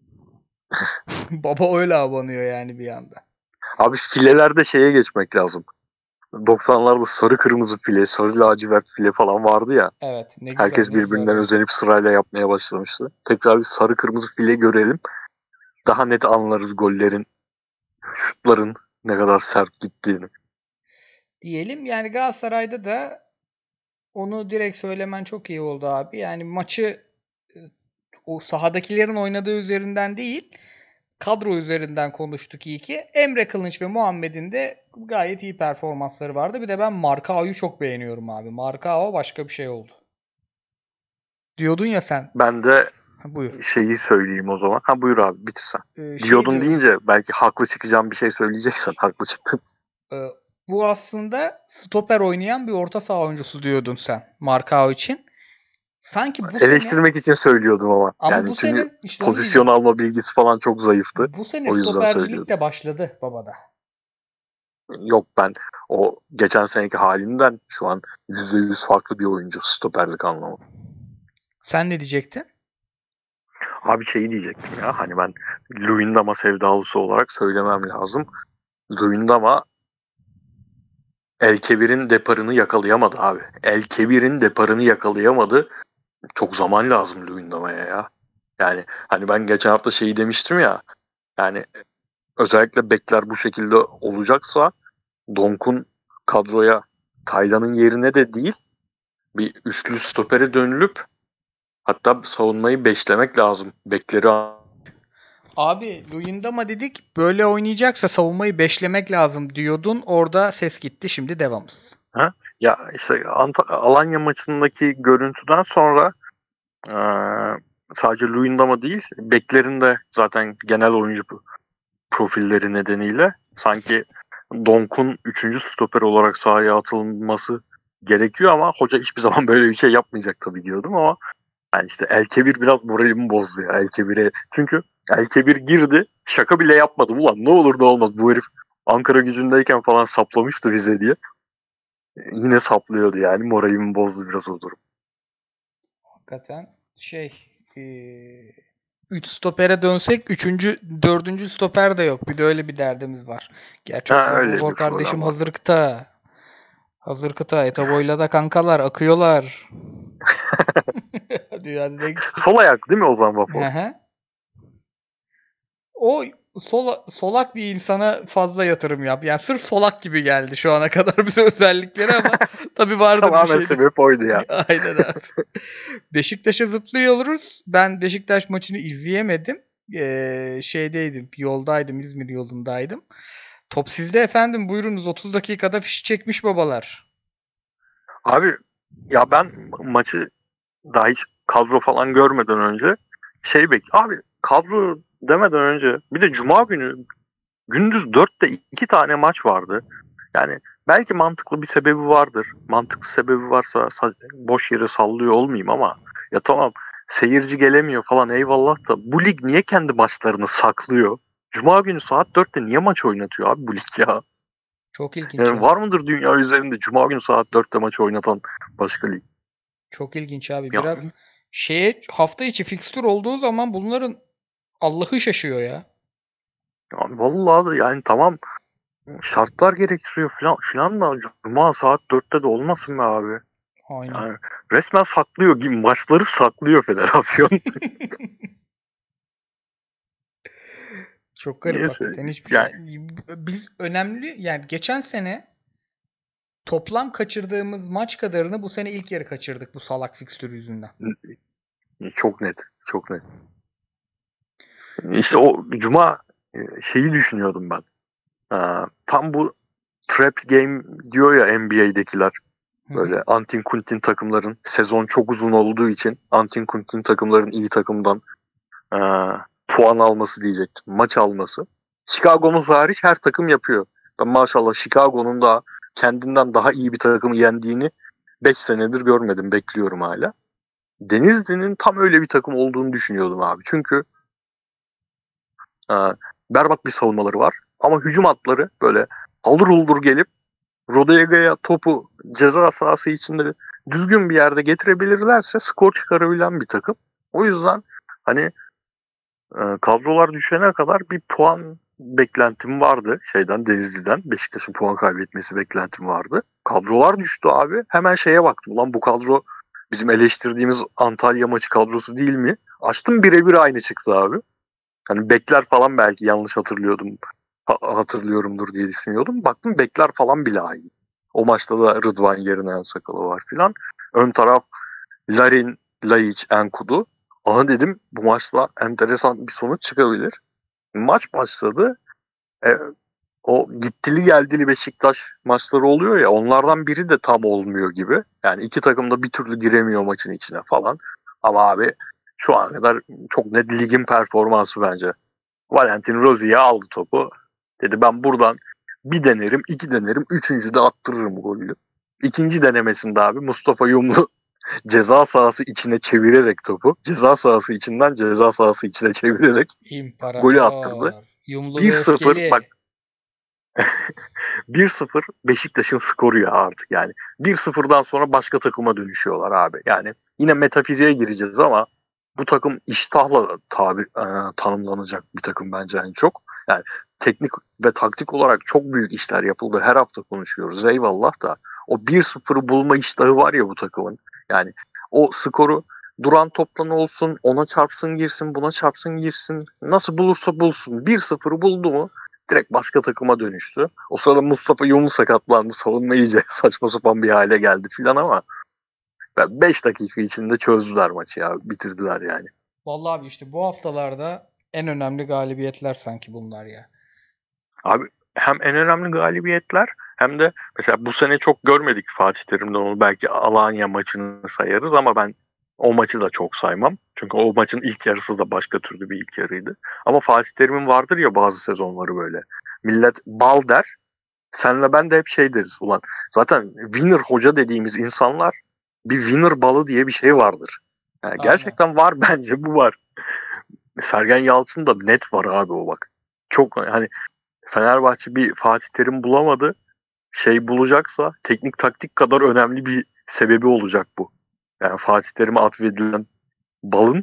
S1: Baba öyle abanıyor yani bir anda.
S2: Abi filelerde şeye geçmek lazım. doksanlarda sarı kırmızı file, sarı lacivert file falan vardı ya.
S1: Evet ne güzel
S2: Herkes
S1: ne güzel
S2: birbirinden
S1: renkler.
S2: özenip sırayla yapmaya başlamıştı. Tekrar bir sarı kırmızı file görelim. Daha net anlarız gollerin, şutların ne kadar sert gittiğini.
S1: Diyelim yani Galatasaray'da da onu direkt söylemen çok iyi oldu abi. Yani maçı e, o sahadakilerin oynadığı üzerinden değil kadro üzerinden konuştuk iyi ki. Emre Kılınç ve Muhammed'in de gayet iyi performansları vardı. Bir de ben Markao'yu çok beğeniyorum abi. Markao başka bir şey oldu. Diyordun ya sen.
S2: Ben de
S1: Ha, buyur.
S2: şeyi söyleyeyim o zaman. Ha buyur abi bitirsen.
S1: Ee, şey
S2: Diyordun
S1: diyordum.
S2: deyince belki haklı çıkacağım bir şey söyleyeceksen haklı çıktım.
S1: Ee, Bu aslında stoper oynayan bir orta saha oyuncusu diyordun sen Markao için. Sanki bu sene
S2: Eleştirmek için söylüyordum ama.
S1: ama
S2: Yani
S1: bu
S2: çünkü
S1: sene işte onu
S2: pozisyon
S1: diyeceğim.
S2: alma bilgisi falan çok zayıftı.
S1: Bu sene
S2: O yüzden
S1: stopercilik
S2: söylüyordum.
S1: de başladı babada.
S2: Yok ben o geçen seneki halinden şu an yüzde yüz farklı bir oyuncu stoperlik anlamı.
S1: Sen ne diyecektin?
S2: Abi şeyi diyecektim ya hani ben Luyendama sevdalısı olarak söylemem lazım. Luyendama El Kebir'in deparını yakalayamadı abi. El Kebir'in deparını yakalayamadı. Çok zaman lazım Luyendama'ya ya. Yani hani ben geçen hafta şeyi demiştim ya. Yani özellikle bekler bu şekilde olacaksa Donk'un kadroya Taylan'ın yerine de değil bir üçlü stopere dönülüp hatta savunmayı beşlemek lazım. Bekleri
S1: Abi Luyendama dedik böyle oynayacaksa savunmayı beşlemek lazım diyordun. Orada ses gitti. Şimdi devamız.
S2: ha? Ya işte Ant- Alanya maçındaki görüntüden sonra ee, sadece Luyendama değil beklerin de zaten genel oyuncu profilleri nedeniyle sanki Donk'un üçüncü stoper olarak sahaya atılması gerekiyor ama hoca hiçbir zaman böyle bir şey yapmayacak tabii diyordum ama yani işte El Kebir biraz moralimi bozdu ya El Kebir'e. Çünkü El Kebir girdi şaka bile yapmadım ulan ne olur ne olmaz bu herif Ankara Gücü'ndeyken falan saplamıştı bize diye. Yine saplıyordu yani moralimi bozdu biraz o durum.
S1: Hakikaten şey üç stopere dönsek üçüncü, dördüncü stoper de yok. Bir de öyle bir derdimiz var. Gerçi
S2: Ha,
S1: o
S2: öyle
S1: Bufor
S2: bir problem
S1: kardeşim
S2: var.
S1: hazır kıta. Hazır kıta. Etobo'yla da kankalar akıyorlar. Hadi hadi de.
S2: Sol ayak değil mi Ozan
S1: Hı
S2: Wafor?
S1: hı. O sola, solak bir insana fazla yatırım yap. Yani sırf solak gibi geldi şu ana kadar bize özellikleri ama tabii vardır bir
S2: Tamamen
S1: şeyler.
S2: sebep oydu ya.
S1: Aynen abi. Beşiktaş'a zıplıyor oluruz. Ben Beşiktaş maçını izleyemedim. Ee, şeydeydim, yoldaydım, İzmir yolundaydım. Top sizde efendim, buyurunuz. otuz dakikada fiş çekmiş babalar.
S2: Abi ya ben maçı daha hiç kadro falan görmeden önce şey bek abi kadro demeden önce bir de cuma günü gündüz dörtte iki tane maç vardı. Yani belki mantıklı bir sebebi vardır. Mantıklı sebebi varsa sa- boş yere sallıyor olmayayım ama ya tamam seyirci gelemiyor falan eyvallah da bu lig niye kendi maçlarını saklıyor? Cuma günü saat dörtte niye maç oynatıyor abi bu lig ya?
S1: Çok ilginç
S2: Yani
S1: ya.
S2: var mıdır dünya üzerinde Cuma günü saat dörtte maç oynatan başka lig?
S1: Çok ilginç abi.
S2: Ya,
S1: Biraz şeye hafta içi fikstür olduğu zaman bunların Allah'ı şaşıyor ya.
S2: ya vallahi da yani tamam şartlar gerektiriyor falan filan da Cuma saat dörtte de olmasın be abi.
S1: Aynen.
S2: Yani resmen saklıyor gibi maçları saklıyor federasyon.
S1: Çok garip
S2: Niyeyse
S1: hakikaten, hiçbir şey.
S2: yani
S1: Yani biz önemli yani geçen sene toplam kaçırdığımız maç kadarını bu sene ilk yarı kaçırdık bu salak fikstür yüzünden.
S2: çok net çok net. İşte o Cuma e, şeyi düşünüyordum ben. Ee, tam bu trap game diyor ya N B A'dekiler.
S1: Hı hı.
S2: Böyle Antin Kuntin takımların sezon çok uzun olduğu için Antin Kuntin takımların iyi takımdan e, puan alması diyecektim. Maç alması. Chicago'nun hariç her takım yapıyor. Ben maşallah Chicago'nun da kendinden daha iyi bir takımı yendiğini beş senedir görmedim. Bekliyorum hala. Denizli'nin tam öyle bir takım olduğunu düşünüyordum abi. Çünkü e, berbat bir savunmaları var. Ama hücum hatları böyle haldır huldur gelip Rodega'ya topu ceza sahası içinde düzgün bir yerde getirebilirlerse skor çıkarabilen bir takım. O yüzden hani e, kadrolar düşene kadar bir puan beklentim vardı şeyden Denizli'den. Beşiktaş'ın puan kaybetmesi beklentim vardı. Kadrolar düştü abi. Hemen şeye baktım. Ulan bu kadro bizim eleştirdiğimiz Antalya maçı kadrosu değil mi? Açtım birebir aynı çıktı abi. Hani bekler falan belki yanlış hatırlıyordum. Ha- hatırlıyorumdur diye düşünüyordum. Baktım bekler falan bile aynı. O maçta da Rıdvan yerine Sakalı var filan. Ön taraf Larin, Laiç, Enkudu. Aha dedim bu maçla enteresan bir sonuç çıkabilir. Maç başladı. E, o gittili geldili Beşiktaş maçları oluyor ya onlardan biri de tam olmuyor gibi. Yani iki takım da bir türlü giremiyor maçın içine falan. Ama abi şu ana kadar çok net ligin performansı bence. Valentin Rozi'ye aldı topu. Dedi ben buradan bir denerim, iki denerim, üçüncü de attırırım golü. İkinci denemesinde abi Mustafa Yumlu ceza sahası içine çevirerek topu, ceza sahası içinden ceza sahası içine çevirerek golü attırdı.
S1: İmparator. Yumlu ve
S2: bir sıfır bak
S1: öfkeli.
S2: bir sıfır Beşiktaş'ın skoru ya artık yani. bir sıfırdan sonra başka takıma dönüşüyorlar abi. Yani yine metafiziğe gireceğiz ama bu takım iştahla tabir, e, tanımlanacak bir takım bence en çok. Yani teknik ve taktik olarak çok büyük işler yapıldı. Her hafta konuşuyoruz eyvallah da o bir sıfırı bulma iştahı var ya bu takımın. Yani o skoru duran toplan olsun, ona çarpsın girsin, buna çarpsın girsin. Nasıl bulursa bulsun. bir sıfırı buldu mu direkt başka takıma dönüştü. O sırada Mustafa Yumlu sakatlandı. Savunma iyice saçma sapan bir hale geldi filan ama beş dakika içinde çözdüler maçı ya. Bitirdiler yani.
S1: Vallahi abi işte bu haftalarda en önemli galibiyetler sanki bunlar ya.
S2: Abi hem en önemli galibiyetler hem de mesela bu sene çok görmedik Fatih Terim'den onu. Belki Alanya maçını sayarız ama ben o maçı da çok saymam. Çünkü o maçın ilk yarısı da başka türlü bir ilk yarıydı. Ama Fatih Terim'in vardır ya bazı sezonları böyle. Millet bal der. Senle ben de hep şey deriz. Ulan zaten winner hoca dediğimiz insanlar bir winner balı diye bir şey vardır. Yani
S1: Aynen.
S2: gerçekten var bence bu var. Sergen Yalçın da net var abi o bak. Çok hani Fenerbahçe bir Fatih Terim bulamadı. Şey bulacaksa teknik taktik kadar önemli bir sebebi olacak bu. Yani Fatih Terim'e atfedilen balın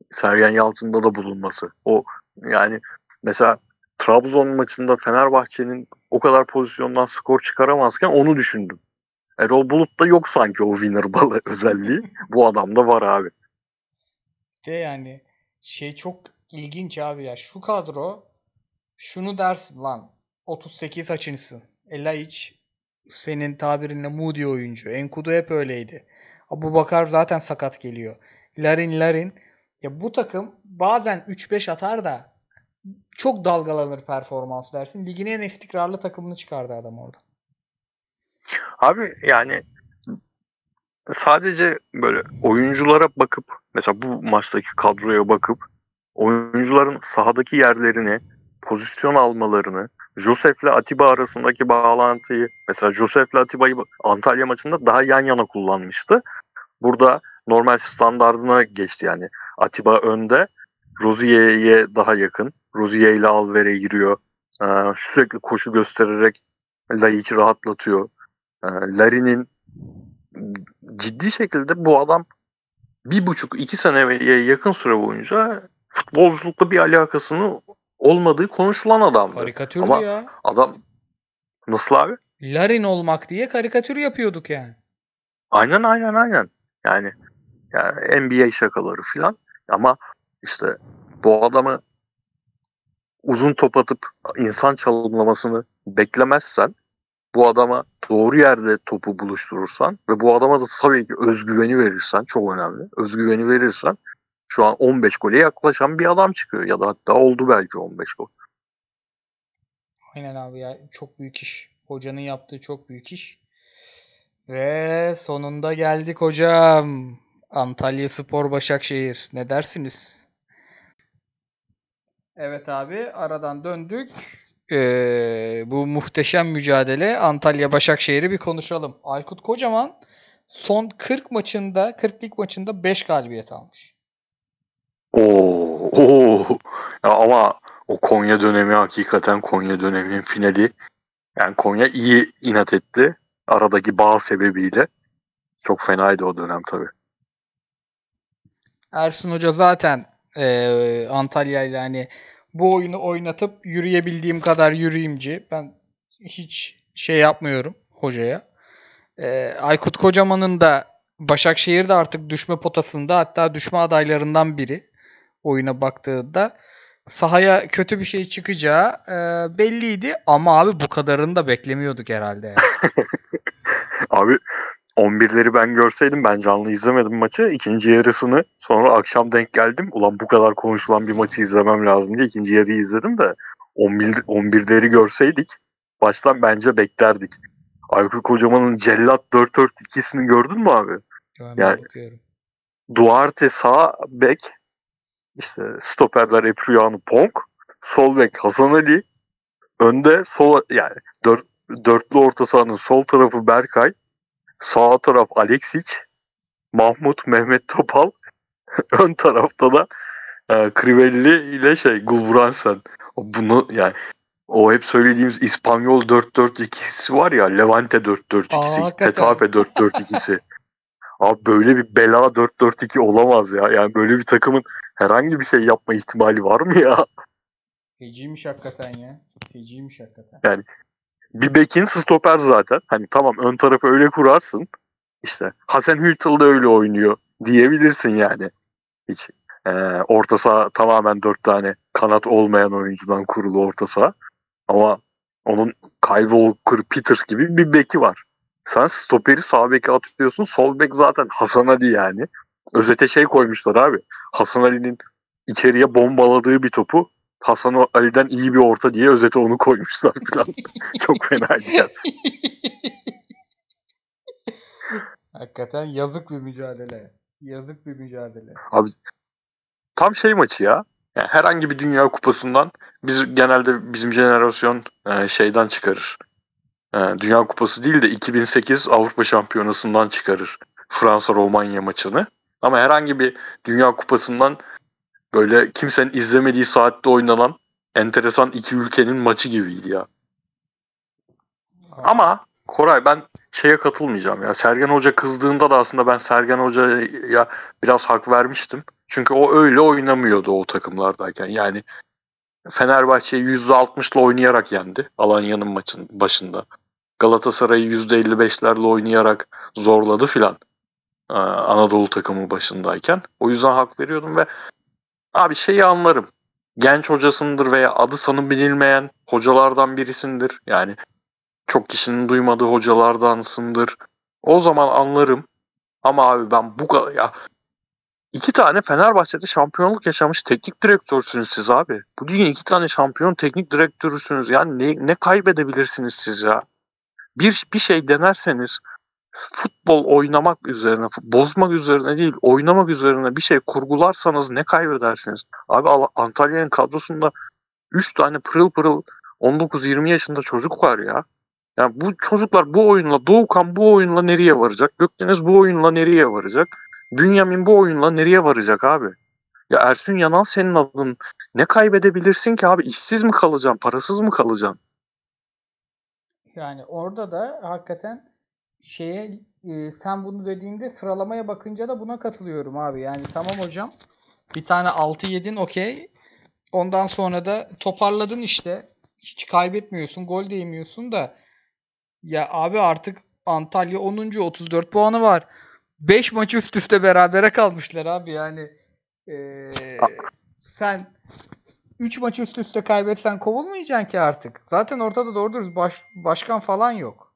S2: Sergen Yalçın'da da bulunması. O yani mesela Trabzon maçında Fenerbahçe'nin o kadar pozisyondan skor çıkaramazken onu düşündüm. Erol Bulut'ta yok sanki o winner balı özelliği. Bu adamda var abi.
S1: De yani şey çok ilginç abi ya. Şu kadro şunu dersin lan. otuz sekiz açınsın. Elaiç senin tabirinle Moody oyuncu. Enkudu hep öyleydi. Abubakar zaten sakat geliyor. Larin Larin. Ya bu takım bazen üç beş atar da çok dalgalanır performans dersin. Ligin en istikrarlı takımını çıkardı adam orada.
S2: Abi yani sadece böyle oyunculara bakıp mesela bu maçtaki kadroya bakıp oyuncuların sahadaki yerlerini, pozisyon almalarını, Josef'le Atiba arasındaki bağlantıyı mesela Josef'le Atiba'yı Antalya maçında daha yan yana kullanmıştı. Burada normal standardına geçti yani. Atiba önde, Rozier'e daha yakın. Rozier ile Alver'e giriyor. Ee, sürekli koşu göstererek Laiç'i rahatlatıyor. Ee, Larin'in ciddi şekilde bu adam bir buçuk iki seneye yakın süre boyunca futbolculukla bir alakasının olmadığı konuşulan adamdı.
S1: Karikatürdü
S2: Ama
S1: ya.
S2: adam nasıl abi?
S1: Larin olmak diye karikatür yapıyorduk yani.
S2: Aynen aynen aynen. Yani, yani N B A şakaları filan. Ama işte bu adamı uzun top atıp insan çalımlamasını beklemezsen, bu adama doğru yerde topu buluşturursan ve bu adama da tabii ki özgüveni verirsen, çok önemli. Özgüveni verirsen şu an on beş gole yaklaşan bir adam çıkıyor ya da hatta oldu belki on beş gol.
S1: Aynen abi ya. Çok büyük iş. Hocanın yaptığı çok büyük iş. Ve sonunda geldik hocam. Antalyaspor Başakşehir. Ne dersiniz? Evet abi aradan döndük. Ee, bu muhteşem mücadele Antalya Başakşehir'i bir konuşalım. Aykut Kocaman son kırk maçında, kırk lig maçında beş galibiyet almış.
S2: Oo, oo. Ya ama o Konya dönemi hakikaten Konya döneminin finali. Yani Konya iyi inat etti. Aradaki bağ sebebiyle. Çok fenaydı o dönem tabii.
S1: Ersun Hoca zaten eee Antalya ile hani bu oyunu oynatıp yürüyebildiğim kadar yürüyümcü. Ben hiç şey yapmıyorum hocaya. Eee, Aykut Kocaman'ın da Başakşehir'de artık düşme potasında, hatta düşme adaylarından biri oyuna baktığında. Sahaya kötü bir şey çıkacağı eee, belliydi ama abi bu kadarını da beklemiyorduk herhalde ya.
S2: Abi on birleri ben görseydim, ben canlı izlemedim maçı. İkinci yarısını sonra akşam denk geldim. Ulan bu kadar konuşulan bir maçı izlemem lazım diye ikinci yarıyı izledim de on bir, on birleri görseydik baştan bence beklerdik. Aykut Kocaman'ın Cellat dört dört ikisini gördün mü abi?
S1: Hemen
S2: Yani
S1: bakıyorum.
S2: Duarte sağ bek, işte stoperler Epriano Pong, sol bek Hasan Ali, önde sol yani dört, dörtlü orta sahanın sol tarafı Berkay, sağ taraf Alexic, Mahmut, Mehmet Topal, ön tarafta da e, Crivelli ile şey Gulbrandsen. Bunu yani o hep söylediğimiz İspanyol dört dört ikisi var ya, Levante dört dört ikisi,
S1: Aa hakikaten.
S2: Getafe dört dört ikisi. Abi böyle bir bela dört dört iki olamaz ya. Yani böyle bir takımın herhangi bir şey yapma ihtimali var mı ya?
S1: Feciymiş hakikaten ya. Feciymiş hakikaten.
S2: Yani bir bekin stoper zaten. Hani tamam, ön tarafı öyle kurarsın. İşte Hasan Hüttel de öyle oynuyor diyebilirsin yani. Hiç e, orta saha tamamen dört tane kanat olmayan oyuncudan kurulu orta saha. Ama onun Kyle Walker Peters gibi bir beki var. Sen stoperi sağ beke atıyorsun. Sol bek zaten Hasan Ali yani. Özete şey koymuşlar abi. Hasan Ali'nin içeriye bombaladığı bir topu Hasan Ali'den iyi bir orta diye özete onu koymuşlar falan. Çok fenaydı yani.
S1: Hakikaten yazık bir mücadele. Yazık bir mücadele.
S2: Abi tam şey maçı ya. Yani herhangi bir Dünya Kupası'ndan biz genelde bizim jenerasyon e, şeyden çıkarır. E, Dünya Kupası değil de iki bin sekiz Avrupa Şampiyonası'ndan çıkarır Fransa-Romanya maçını. Ama herhangi bir Dünya Kupası'ndan böyle kimsenin izlemediği saatte oynanan enteresan iki ülkenin maçı gibiydi ya.
S1: Abi.
S2: Ama Koray, ben şeye katılmayacağım ya. Sergen Hoca kızdığında da aslında ben Sergen Hoca'ya biraz hak vermiştim. Çünkü o öyle oynamıyordu o takımlardayken. Yani Fenerbahçe'yi yüzde altmışla oynayarak yendi Alanya'nın maçın başında. Galatasaray'ı yüzde elli beşlerle oynayarak zorladı filan. Ee, Anadolu takımı başındayken. O yüzden hak veriyordum ve abi şeyi anlarım. Genç hocasındır veya adı sanı bilinmeyen hocalardan birisindir. Yani çok kişinin duymadığı hocalardansındır. O zaman anlarım. Ama abi ben bu kadar ya iki tane Fenerbahçe'de şampiyonluk yaşamış teknik direktörsünüz siz abi. Bu ligin iki tane şampiyon teknik direktörüsünüz. Yani ne, ne kaybedebilirsiniz siz ya? Bir, bir şey denerseniz futbol oynamak üzerine, bozmak üzerine değil, oynamak üzerine bir şey kurgularsanız ne kaybedersiniz? Abi Antalya'nın kadrosunda üç tane pırıl pırıl on dokuz yirmi yaşında çocuk var ya. Yani bu çocuklar bu oyunla, Doğukan bu oyunla nereye varacak? Gökdeniz bu oyunla nereye varacak? Bünyamin bu oyunla nereye varacak abi? Ya Ersun Yanal senin adın. Ne kaybedebilirsin ki abi? İşsiz mi kalacaksın? Parasız mı kalacaksın?
S1: Yani orada da hakikaten şeye e, sen bunu dediğinde sıralamaya bakınca da buna katılıyorum abi. Yani tamam hocam. Bir tane altı yedin okey. Ondan sonra da toparladın işte. Hiç kaybetmiyorsun. Gol de yemiyorsun da. Ya abi artık Antalya onuncu otuz dört puanı var. beş maç üst üste berabere kalmışlar abi yani. Ee, sen üç maç üst üste kaybetsen kovulmayacaksın ki artık. Zaten ortada doğru dürüst baş, başkan falan yok.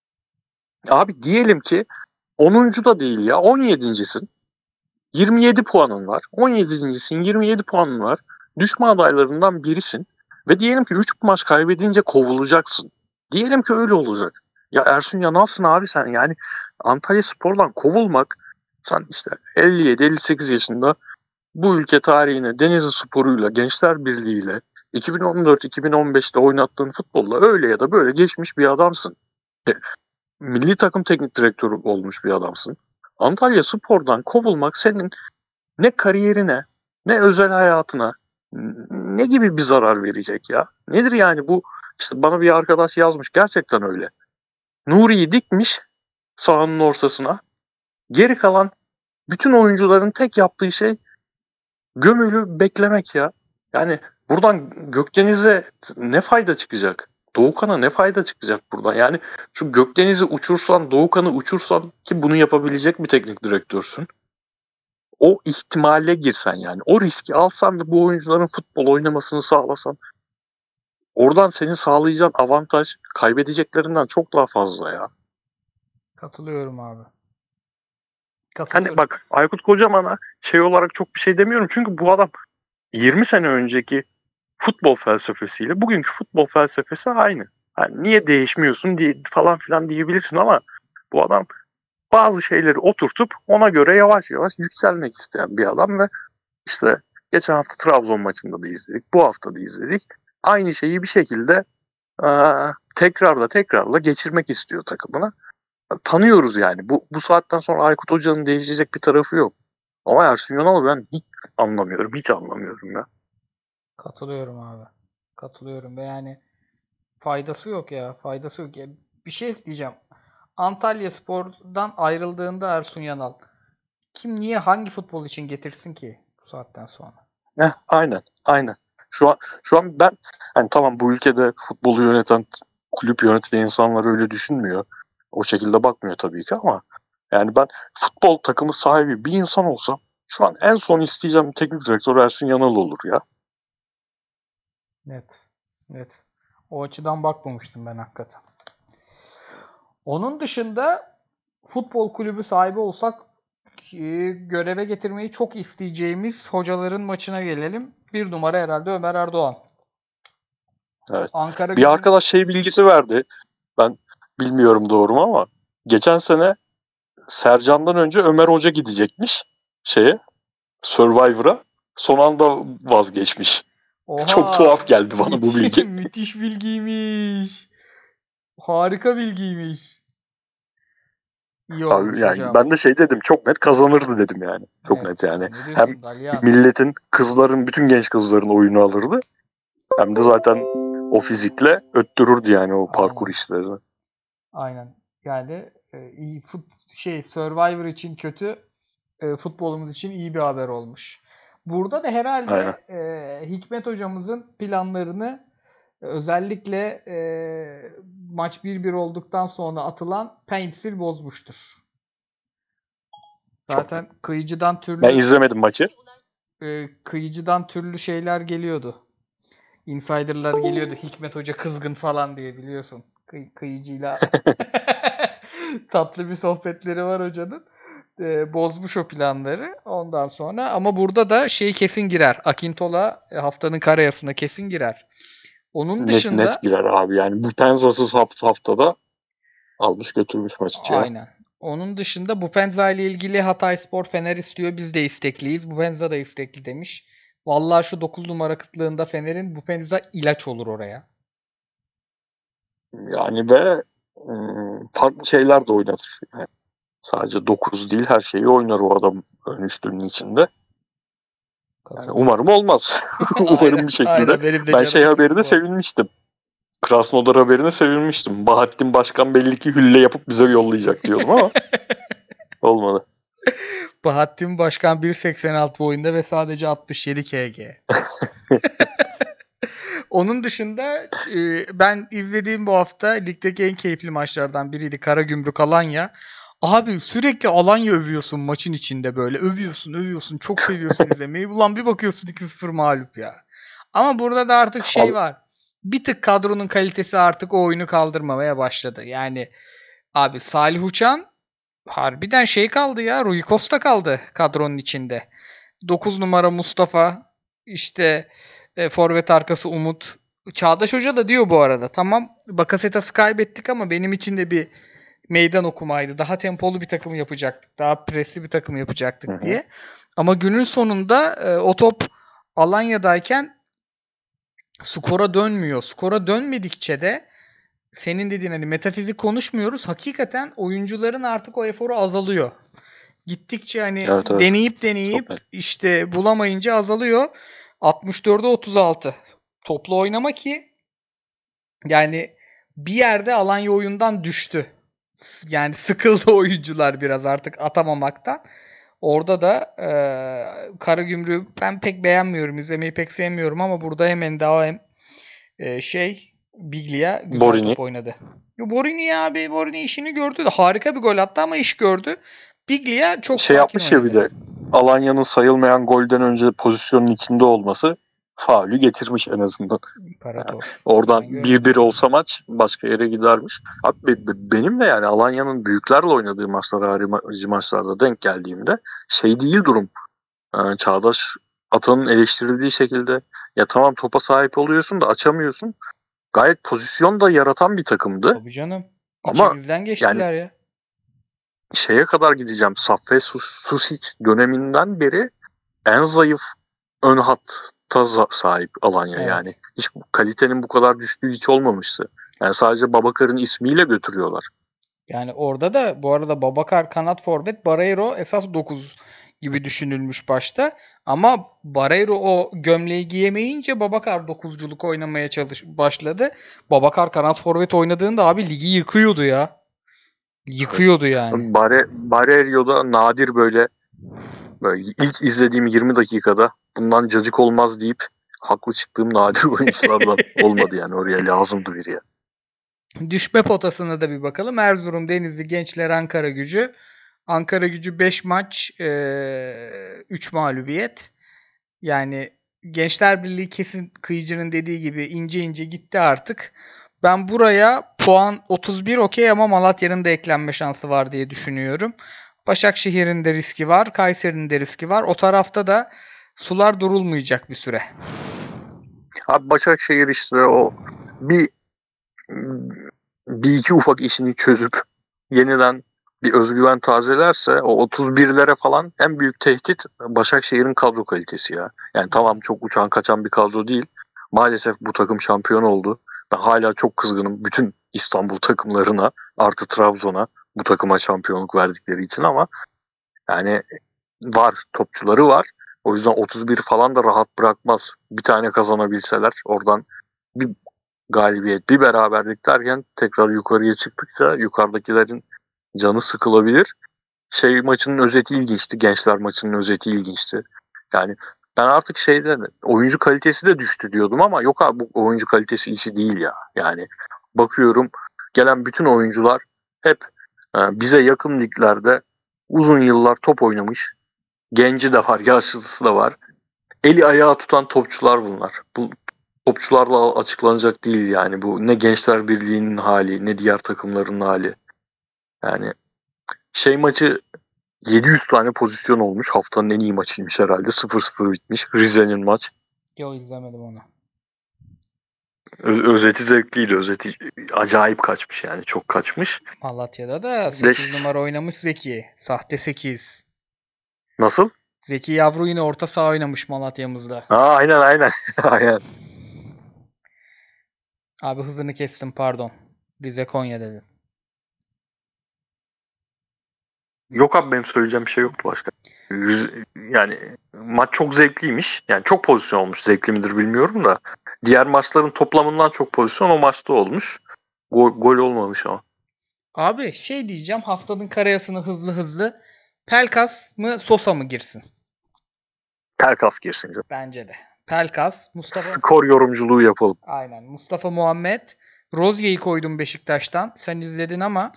S2: Abi diyelim ki onuncu da değil ya on yedincisin. yirmi yedi puanın var. on yedincisin yirmi yedi puanın var. Düşme adaylarından birisin. Ve diyelim ki üç maç kaybedince kovulacaksın. Diyelim ki öyle olacak. Ya Ersun Yanal'sın abi sen. Yani Antalya Spor'dan kovulmak, sen işte elli yedi elli sekiz yaşında bu ülke tarihine Denizli Sporu'yla, Gençler Birliği'yle, iki bin on dört iki bin on beşte oynattığın futbolla öyle ya da böyle geçmiş bir adamsın. E, milli takım teknik direktörü olmuş bir adamsın. Antalya Spor'dan kovulmak senin ne kariyerine, ne özel hayatına, ne gibi bir zarar verecek ya? Nedir yani bu? İşte bana bir arkadaş yazmış. Gerçekten öyle. Nuri'yi dikmiş sahanın ortasına. Geri kalan bütün oyuncuların tek yaptığı şey gömülü beklemek ya. Yani buradan Gökdeniz'e ne fayda çıkacak? Doğukan'a ne fayda çıkacak buradan? Yani şu Gökdeniz'i uçursan, Doğukan'ı uçursan ki bunu yapabilecek bir teknik direktörsün. O ihtimale girsen yani. O riski alsan ve bu oyuncuların futbol oynamasını sağlasan oradan senin sağlayacağın avantaj kaybedeceklerinden çok daha fazla ya.
S1: Katılıyorum abi.
S2: Hani
S1: Katılıyorum.
S2: bak Aykut Kocaman'a şey olarak çok bir şey demiyorum. Çünkü bu adam yirmi sene önceki futbol felsefesiyle bugünkü futbol felsefesi aynı. Yani niye değişmiyorsun diye falan filan diyebilirsin ama bu adam bazı şeyleri oturtup ona göre yavaş yavaş yükselmek isteyen bir adam ve işte geçen hafta Trabzon maçında da izledik. Bu hafta da izledik. Aynı şeyi bir şekilde e, tekrarla tekrarla geçirmek istiyor takımına. Tanıyoruz yani. Bu, bu saatten sonra Aykut Hoca'nın değişecek bir tarafı yok. Ama Ersun Yanal'ı ben hiç anlamıyorum. Hiç anlamıyorum ya.
S1: Katılıyorum abi. Katılıyorum ve yani faydası yok ya. Faydası yok ya. Bir şey diyeceğim. Antalya Spor'dan ayrıldığında Ersun Yanal kim niye hangi futbol için getirsin ki bu saatten sonra?
S2: Heh, aynen. Aynen. Şu an şu an ben hani tamam bu ülkede futbolu yöneten, kulüp yöneten insanlar öyle düşünmüyor. O şekilde bakmıyor tabii ki ama yani ben futbol takımı sahibi bir insan olsam şu an en son isteyeceğim teknik direktör Ersun Yanal olur ya.
S1: Net. Net. O açıdan bakmamıştım ben hakikaten. Onun dışında futbol kulübü sahibi olsak e, göreve getirmeyi çok isteyeceğimiz hocaların maçına gelelim. Bir numara herhalde Ömer Erdoğan.
S2: Evet.
S1: Ankara
S2: Bir
S1: Gücü'nün
S2: arkadaş şey bilgisi verdi. Ben bilmiyorum doğru mu ama geçen sene Sercan'dan önce Ömer Hoca gidecekmiş şeye Survivor'a. Son anda vazgeçmiş. Çok
S1: Oha,
S2: tuhaf geldi bana bu
S1: müthiş,
S2: bilgi.
S1: müthiş bilgiymiş. Harika bilgiymiş. İyi
S2: Abi
S1: olmuş
S2: yani
S1: hocam.
S2: ben de şey dedim çok net kazanırdı dedim yani. Çok
S1: Net.
S2: net yani.
S1: Ne
S2: Hem
S1: diyorsun Dalyan?
S2: milletin kızların bütün genç kızların oyunu alırdı. Hem de zaten o fizikle öttürürdü yani o parkur
S1: Aynen.
S2: işlerini.
S1: Aynen. Yani e, iyi fut, şey Survivor için kötü, e, futbolumuz için iyi bir haber olmuş. Burada da herhalde
S2: Aynen.
S1: e, Hikmet hocamızın planlarını e, özellikle e, maç bir bir olduktan sonra atılan pensil bozmuştur.
S2: Çok net.
S1: Zaten kıyıcıdan
S2: Ben
S1: türlü
S2: izlemedim maçı.
S1: e, kıyıcıdan türlü şeyler geliyordu. Insider'lar geliyordu. Hikmet Hoca kızgın falan diye biliyorsun. Kıy- kıyıcıyla tatlı bir sohbetleri var hocanın. Ee, bozmuş o planları ondan sonra. Ama burada da şey kesin girer. Akintola e, haftanın karayasına kesin girer. Onun
S2: Net net
S1: dışında
S2: girer abi yani. Bu Penzas'ız haft haftada almış götürmüş maçı ya.
S1: aynen. Onun dışında Bupenza ile ilgili Hatayspor Fener istiyor. Biz de istekliyiz. Bupenza da istekli demiş. Vallahi şu dokuz numara kıtlığında Fener'in Bupenza ilaç olur oraya.
S2: Yani ve ım, farklı şeyler de oynatır. Yani sadece dokuz değil her şeyi oynar o adam ön üçlünün içinde. Yani umarım olmaz. Umarım
S1: Aynen,
S2: bir şekilde.
S1: aynen benim de
S2: Ben şey
S1: canımı sıktı
S2: haberine
S1: bu arada.
S2: sevinmiştim. Krasnodar haberine sevinmiştim. Bahattin Başkan belli ki hülle yapıp bize yollayacak diyordum ama olmadı.
S1: Bahattin Başkan bir seksen altı boyunda ve sadece altmış yedi kilogram. Onun dışında e, ben izlediğim bu hafta ligdeki en keyifli maçlardan biriydi. Karagümrük Alanya. Abi sürekli Alanya övüyorsun maçın içinde böyle. Övüyorsun, övüyorsun. Çok seviyorsun izlemeyi. Ulan bir bakıyorsun iki sıfır mağlup ya. Ama burada da artık şey
S2: Abi,
S1: var. Bir tık kadronun kalitesi artık o oyunu kaldırmamaya başladı. Yani abi Salih Uçan harbiden şey kaldı ya. Rui Costa kaldı kadronun içinde. dokuz numara Mustafa, işte e, forvet arkası Umut. Çağdaş Hoca da diyor bu arada. Tamam Bakasetas'ı kaybettik ama benim için de bir meydan okumaydı. Daha tempolu bir takım yapacaktık. Daha presli bir takım
S2: hı
S1: yapacaktık
S2: hı.
S1: diye. Ama günün sonunda e, o top Alanya'dayken skora dönmüyor. Skora dönmedikçe de senin dediğin hani metafizik konuşmuyoruz. Hakikaten oyuncuların artık o eforu azalıyor. Gittikçe hani
S2: Evet evet.
S1: deneyip
S2: Çok
S1: deneyip
S2: net.
S1: işte bulamayınca azalıyor. altmış dörde otuz altı toplu oynama ki yani bir yerde Alanya oyundan düştü. Yani sıkıldı oyuncular biraz artık atamamaktan. Orada da e, Karagümrük'ü ben pek beğenmiyorum. İzlemeyi pek sevmiyorum ama burada hem Endao hem e, şey Biglia güzel
S2: Borini.
S1: top oynadı. Yo, Borini ya abi Borini işini gördü de harika bir gol attı ama iş gördü. Biglia çok
S2: Şey
S1: sakin
S2: yapmış ya bir
S1: oynadı.
S2: de Alanya'nın sayılmayan golden önce pozisyonun içinde olması faulü getirmiş en azından. Yani
S1: İmparator.
S2: oradan
S1: Ben
S2: bir bir
S1: görmedim onu.
S2: olsa maç başka yere gidermiş. Abi be- be- benim de yani Alanya'nın büyüklerle oynadığı maçlara harici maçlarda denk geldiğimde şey değil durum. Ee, Çağdaş Atan'ın eleştirildiği şekilde ya tamam topa sahip oluyorsun da açamıyorsun. Gayet pozisyon da yaratan bir takımdı.
S1: Tabii canım.
S2: Ama
S1: İçimizden
S2: yani
S1: geçtiler ya.
S2: şeye kadar gideceğim. Saffet Sus- Susic döneminden beri en zayıf ön hatta za- sahip Alanya yani.
S1: Evet.
S2: Hiç bu kalitenin bu kadar düştüğü hiç olmamıştı. Yani sadece Babakar'ın ismiyle götürüyorlar.
S1: Yani orada da bu arada Babakar kanat forvet, Barreiro esas dokuz gibi düşünülmüş başta. Ama Barreiro o gömleği giyemeyince Babakar dokuzculuk oynamaya çalış başladı. Babakar kanat forvet oynadığında abi ligi yıkıyordu ya.
S2: Evet.
S1: Yıkıyordu yani.
S2: Bare, Barerio'da nadir böyle, böyle ilk izlediğim yirmi dakikada bundan cacık olmaz deyip haklı çıktığım nadir oyunculardan olmadı yani oraya lazımdı biri ya.
S1: Düşme potasına da bir bakalım. Erzurum, Denizli, Gençler, Ankara Gücü. Ankara Gücü beş maç, üç mağlubiyet. Yani Gençler Birliği kesin Kıyıcı'nın dediği gibi ince ince gitti artık. Ben buraya puan otuz bir okey ama Malatya'nın da eklenme şansı var diye düşünüyorum. Başakşehir'in de riski var. Kayseri'nin de riski var. O tarafta da sular durulmayacak bir süre.
S2: Abi Başakşehir işte o bir bir iki ufak işini çözüp yeniden bir özgüven tazelerse o otuz birlere falan en büyük tehdit Başakşehir'in kadro kalitesi ya. Yani tamam çok uçan kaçan bir kadro değil. Maalesef bu takım şampiyon oldu. Ben hala çok kızgınım bütün İstanbul takımlarına artı Trabzon'a bu takıma şampiyonluk verdikleri için ama yani var topçuları var. O yüzden otuz bir falan da rahat bırakmaz. Bir tane kazanabilseler oradan bir galibiyet, bir beraberlik derken tekrar yukarıya çıktıkça yukarıdakilerin canı sıkılabilir. Şey maçının özeti ilginçti. Gençler maçının özeti ilginçti. Yani ben artık şeyde oyuncu kalitesi de düştü diyordum ama yok abi, bu oyuncu kalitesi işi değil ya. Yani bakıyorum gelen bütün oyuncular hep e, bize yakın liglerde uzun yıllar top oynamış. Genci de var, yaşlısı da var. Eli ayağı tutan topçular bunlar. Bu topçularla açıklanacak değil yani. Bu ne Gençler Birliği'nin hali, ne diğer takımların hali. Yani şey maçı yedi yüz tane pozisyon olmuş. Haftanın en iyi maçıymış herhalde. sıfır sıfır bitmiş. Rize'nin maç.
S1: Yo, izlemedim onu.
S2: Ö- özeti zevkliydi. Özeti acayip kaçmış yani. Çok kaçmış.
S1: Malatya'da da
S2: De
S1: sekiz
S2: ş-
S1: numara oynamış Zeki. Sahte sekiz.
S2: Nasıl?
S1: Zeki Yavru yine orta saha oynamış Malatya'mızda.
S2: Aa, aynen aynen. aynen.
S1: Abi hızını kestim, pardon. Rize Konya dedin.
S2: Yok abi, benim söyleyeceğim bir şey yoktu başka. Rize- Yani maç çok zevkliymiş. Yani çok pozisyon olmuş. Zevkli midir bilmiyorum da. Diğer maçların toplamından çok pozisyon o maçta olmuş. Gol, gol olmamış ama.
S1: Abi şey diyeceğim, haftanın karayasını hızlı hızlı. Pelkas mı Sosa mı girsin?
S2: Pelkas girsin canım.
S1: Bence de. Pelkas, Mustafa.
S2: Skor yorumculuğu yapalım.
S1: Aynen. Mustafa Muhammed. Rozier'i koydum Beşiktaş'tan. Sen izledin ama.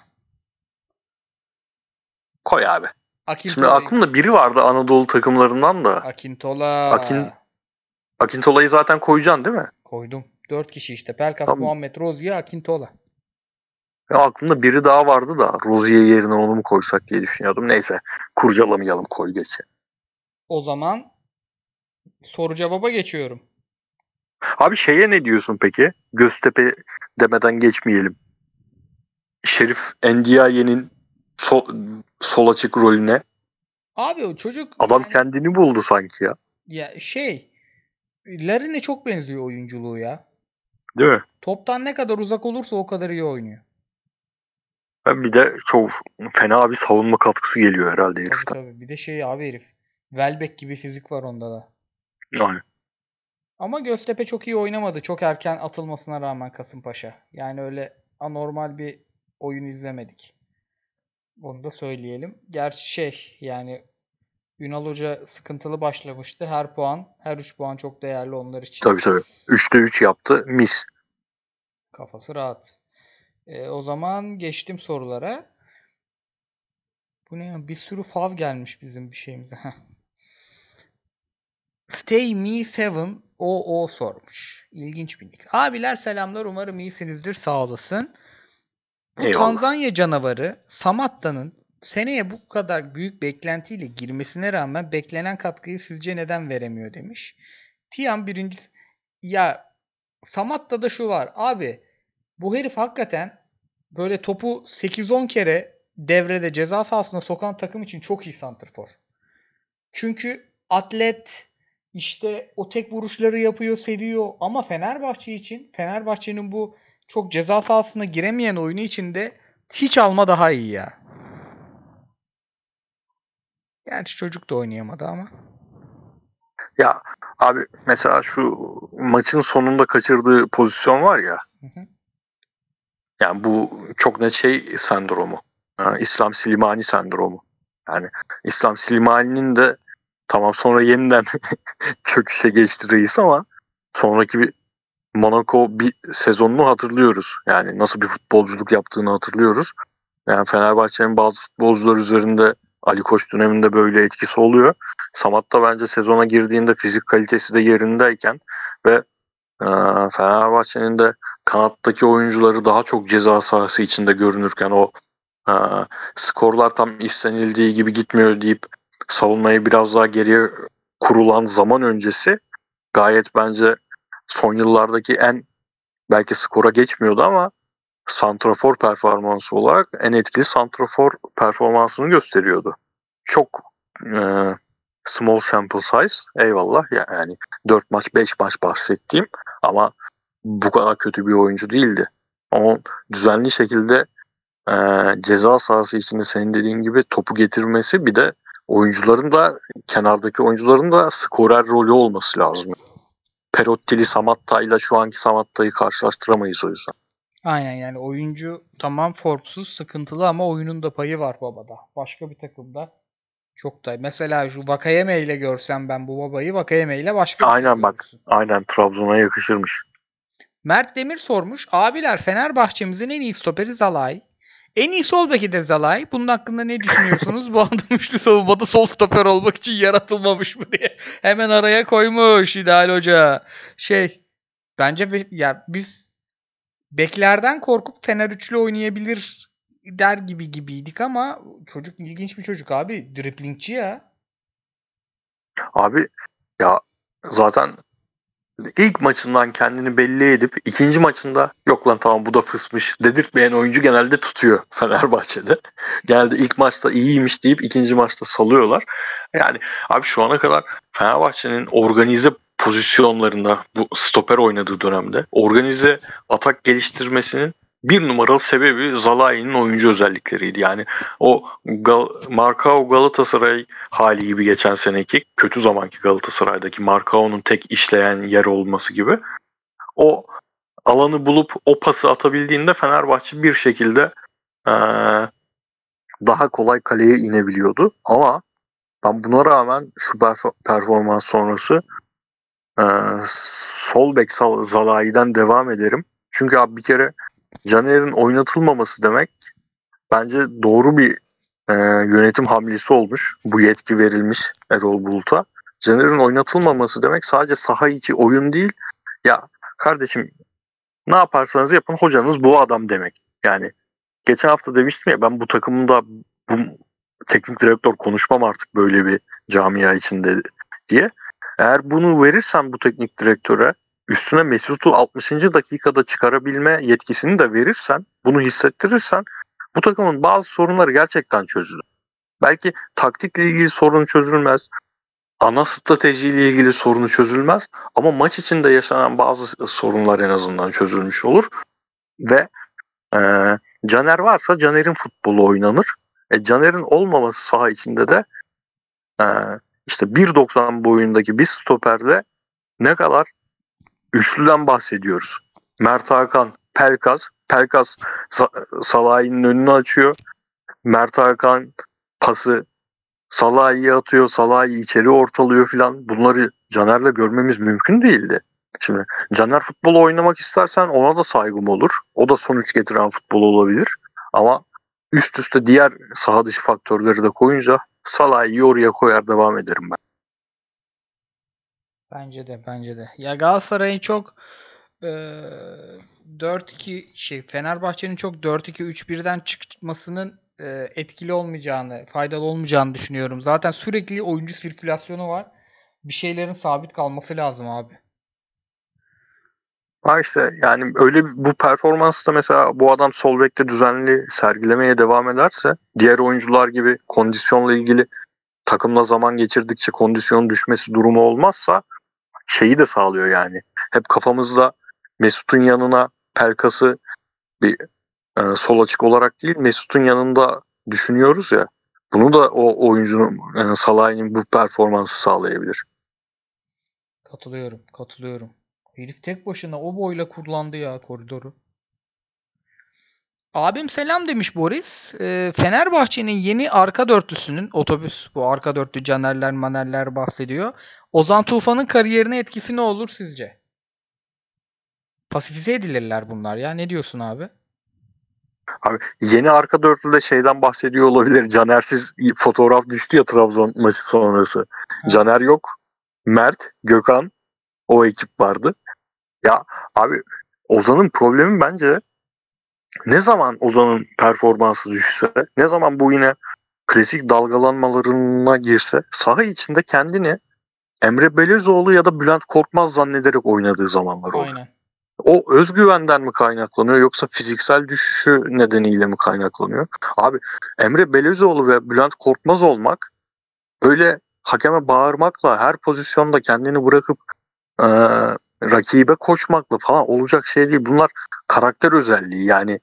S2: Koy abi. Şimdi
S1: Akintola.
S2: aklımda biri vardı Anadolu takımlarından da.
S1: Akintola.
S2: Akin, Akintola'yı zaten koyacaksın değil mi?
S1: Koydum. Dört kişi işte. Pelkas,
S2: Tamam.
S1: Muhammed, Rozier, Akintola.
S2: Ya aklımda biri daha vardı da Rozier yerine onu mu koysak diye düşünüyordum. Neyse, kurcalamayalım, koy geçe.
S1: O zaman soru cevaba geçiyorum.
S2: Abi şeye ne diyorsun peki? Göztepe demeden geçmeyelim. Şerif Ndiaye'nin sol, sol açık rolüne.
S1: Abi o çocuk
S2: Adam
S1: yani,
S2: kendini buldu sanki ya.
S1: ya şey, Larin'e çok benziyor oyunculuğu ya.
S2: Değil mi?
S1: Toptan ne kadar uzak olursa o kadar iyi oynuyor.
S2: Bir de çok fena bir savunma katkısı geliyor herhalde
S1: Tabii
S2: heriften.
S1: tabii. Bir de şey abi, herif. Welbeck gibi fizik var onda da.
S2: Yani.
S1: Ama Göztepe çok iyi oynamadı. Çok erken atılmasına rağmen Kasımpaşa. Yani öyle anormal bir oyun izlemedik. Onu da söyleyelim. Gerçi şey yani, Ünal Hoca sıkıntılı başlamıştı. Her puan, her üç puan çok değerli onlar için.
S2: Tabii tabii. üçte üç yaptı. Mis.
S1: Kafası rahat. E, o zaman geçtim sorulara. Bu ne ya? Bir sürü fav gelmiş bizim bir şeyimize. Heh. Stay Me yedi o o sormuş. İlginç bir nick. Abiler selamlar, umarım iyisinizdir, sağ olasın. Bu
S2: Eyvallah.
S1: Tanzanya canavarı Samatta'nın seneye bu kadar büyük beklentiyle girmesine rağmen beklenen katkıyı sizce neden veremiyor demiş. Tiam birincisi. Ya Samatta'da şu var. Abi bu herif hakikaten böyle topu sekiz on kere devrede ceza sahasına sokan takım için çok iyi santrfor. Çünkü atlet, işte o tek vuruşları yapıyor, seviyor. Ama Fenerbahçe için, Fenerbahçe'nin bu çok ceza sahasına giremeyen oyunu içinde hiç alma daha iyi ya. Gerçi çocuk da oynayamadı ama.
S2: Ya abi mesela şu maçın sonunda kaçırdığı pozisyon var ya.
S1: Hı hı.
S2: Yani bu çok net şey sendromu. Ha, İslam Slimani sendromu. Yani İslam Slimani'nin de tamam sonra yeniden çöküşe geçti reis ama sonraki bir Monaco bir sezonunu hatırlıyoruz. Yani nasıl bir futbolculuk yaptığını hatırlıyoruz. Yani Fenerbahçe'nin bazı futbolcular üzerinde Ali Koç döneminde böyle etkisi oluyor. Samat da bence sezona girdiğinde fizik kalitesi de yerindeyken ve e, Fenerbahçe'nin de kanattaki oyuncuları daha çok ceza sahası içinde görünürken o e, skorlar tam istenildiği gibi gitmiyor deyip savunmayı biraz daha geriye kurulan zaman öncesi gayet bence son yıllardaki en belki skora geçmiyordu ama santrafor performansı olarak en etkili santrafor performansını gösteriyordu. Çok e, small sample size, eyvallah yani dört maç beş maç bahsettiğim ama bu kadar kötü bir oyuncu değildi. Ama düzenli şekilde e, ceza sahası içinde senin dediğin gibi topu getirmesi, bir de oyuncuların da kenardaki oyuncuların da skorer rolü olması lazım. Perottili Samatta'yla şu anki Samatta'yı karşılaştıramayız o yüzden.
S1: Aynen, yani oyuncu tamam formsuz, sıkıntılı ama oyunun da payı var babada. Başka bir takımda çok da. Mesela şu Vakayeme ile görsem ben bu babayı, Vakayeme ile başka bir şey
S2: Aynen bak.
S1: görürsün.
S2: Aynen Trabzon'a yakışırmış.
S1: Mert Demir sormuş. Abiler, Fenerbahçe'mizin en iyi stoperi Zalai. En iyi sol beki de Zalai. Bunun hakkında ne düşünüyorsunuz? Bu adam üçlü savunmada sol stoper olmak için yaratılmamış mı diye. Hemen araya koymuş İdeal Hoca. Şey, bence be- ya biz beklerden korkup Fener üçlü oynayabilir der gibi gibiydik ama çocuk ilginç bir çocuk abi. Driblingçi ya.
S2: Abi ya zaten ilk maçından kendini belli edip ikinci maçında yok lan tamam bu da fısmış dedirtmeyen oyuncu genelde tutuyor Fenerbahçe'de. Genelde ilk maçta iyiymiş deyip ikinci maçta salıyorlar. Yani abi şu ana kadar Fenerbahçe'nin organize pozisyonlarında bu stoper oynadığı dönemde organize atak geliştirmesinin bir numaralı sebebi Zalai'nin oyuncu özellikleriydi. Yani o Gal- Markao Galatasaray hali gibi geçen seneki kötü zamanki Galatasaray'daki Markao'nun tek işleyen yer olması gibi o alanı bulup o pası atabildiğinde Fenerbahçe bir şekilde ee, daha kolay kaleye inebiliyordu. Ama ben buna rağmen şu performans sonrası ee, sol bek Zalai'den devam ederim. Çünkü abi bir kere Caner'in oynatılmaması demek bence doğru bir e, yönetim hamlesi olmuş. Bu yetki verilmiş Erol Bulut'a. Caner'in oynatılmaması demek sadece saha içi oyun değil. Ya kardeşim ne yaparsanız yapın hocanız bu adam demek. Yani geçen hafta demiştim ya ben bu takımda bu teknik direktör konuşmam artık böyle bir camia içinde diye. Eğer bunu verirsen bu teknik direktöre üstüne Mesut'u altmışıncı dakikada çıkarabilme yetkisini de verirsen, bunu hissettirirsen bu takımın bazı sorunları gerçekten çözülür. Belki taktikle ilgili sorun çözülmez, ana stratejiyle ilgili sorunu çözülmez ama maç içinde yaşanan bazı sorunlar en azından çözülmüş olur ve e, Caner varsa Caner'in futbolu oynanır. E, Caner'in olmaması saha içinde de e, işte bir doksan boyundaki bir stoperle ne kadar üçlüden bahsediyoruz. Mert Hakan, Pelkas, Pelkas Salah'ın önünü açıyor. Mert Hakan pası Salah'ı atıyor, Salah'ı içeri ortalıyor filan. Bunları Caner'le görmemiz mümkün değildi. Şimdi Caner futbolu oynamak istersen ona da saygım olur. O da sonuç getiren futbol olabilir. Ama üst üste diğer saha dışı faktörleri de koyunca Salah'ı oraya koyar devam ederim ben.
S1: Bence de, bence de. Ya Galatasaray'ın çok eee dört iki şey Fenerbahçe'nin çok dört iki üç birden çıkmasının eee, etkili olmayacağını, faydalı olmayacağını düşünüyorum. Zaten sürekli oyuncu sirkülasyonu var. Bir şeylerin sabit kalması lazım abi.
S2: Ha işte yani öyle bir- bu performansta mesela bu adam sol bekte düzenli sergilemeye devam ederse diğer oyuncular gibi kondisyonla ilgili takımla zaman geçirdikçe kondisyon düşmesi durumu olmazsa şeyi de sağlıyor yani. Hep kafamızda Mesut'un yanına Pelkas'ı bir e, sol açık olarak değil Mesut'un yanında düşünüyoruz ya. Bunu da o oyuncunun yani Salah'ın bu performansı sağlayabilir.
S1: Katılıyorum, katılıyorum. Herif tek başına o boyla kullandı ya koridoru. Abim selam demiş Boris. Ee, Fenerbahçe'nin yeni arka dörtlüsünün, otobüs bu arka dörtlü Canerler Manerler bahsediyor. Ozan Tufan'ın kariyerine etkisi ne olur sizce? Pasifize edilirler bunlar ya. Ne diyorsun abi?
S2: Abi yeni arka dörtlüde şeyden bahsediyor olabilir. Caner'siz fotoğraf düştü ya Trabzon maçı sonrası.
S1: Ha.
S2: Caner yok. Mert, Gökhan o ekip vardı. Ya abi Ozan'ın problemi bence ne zaman Ozan'ın performansı düşse, ne zaman bu yine klasik dalgalanmalarına girse saha içinde kendini Emre Belözoğlu ya da Bülent Korkmaz zannederek oynadığı zamanlar oluyor.
S1: Aynen.
S2: O özgüvenden mi kaynaklanıyor yoksa fiziksel düşüşü nedeniyle mi kaynaklanıyor? Abi Emre Belözoğlu ve Bülent Korkmaz olmak öyle hakeme bağırmakla her pozisyonda kendini bırakıp e, rakibe koşmakla falan olacak şey değil. Bunlar karakter özelliği yani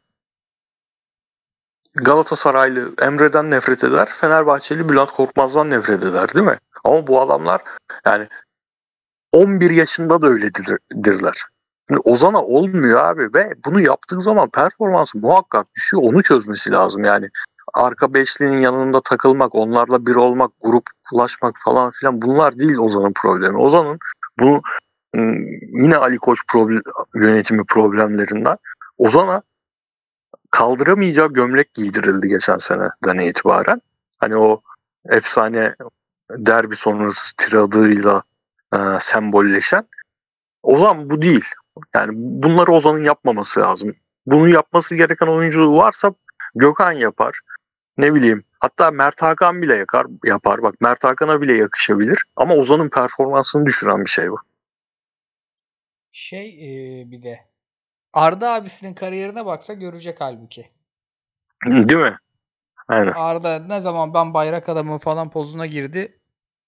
S2: Galatasaraylı Emre'den nefret eder, Fenerbahçeli Bülent Korkmaz'dan nefret eder değil mi? Ama bu adamlar yani on bir yaşında da öyledirler. Şimdi Ozan'a olmuyor abi ve bunu yaptığı zaman performansı muhakkak düşüyor. Onu çözmesi lazım yani. Arka beşlinin yanında takılmak, onlarla bir olmak, gruplaşmak falan filan bunlar değil Ozan'ın problemi. Ozan'ın bunu yine Ali Koç problem, yönetimi problemlerinden Ozan'a kaldıramayacağı gömlek giydirildi geçen seneden itibaren. Hani o efsane derbi sonrası tiradıyla e, sembolleşen. Ozan bu değil. Yani bunları Ozan'ın yapmaması lazım. Bunu yapması gereken oyuncu varsa Gökhan yapar. Ne bileyim. Hatta Mert Hakan bile yakar, yapar. Bak Mert Hakan'a bile yakışabilir. Ama Ozan'ın performansını düşüren bir şey bu.
S1: Şey e, bir de Arda abisinin kariyerine baksa görecek halbuki.
S2: Değil mi? Aynen.
S1: Arda ne zaman ben bayrak adamım falan pozuna girdi.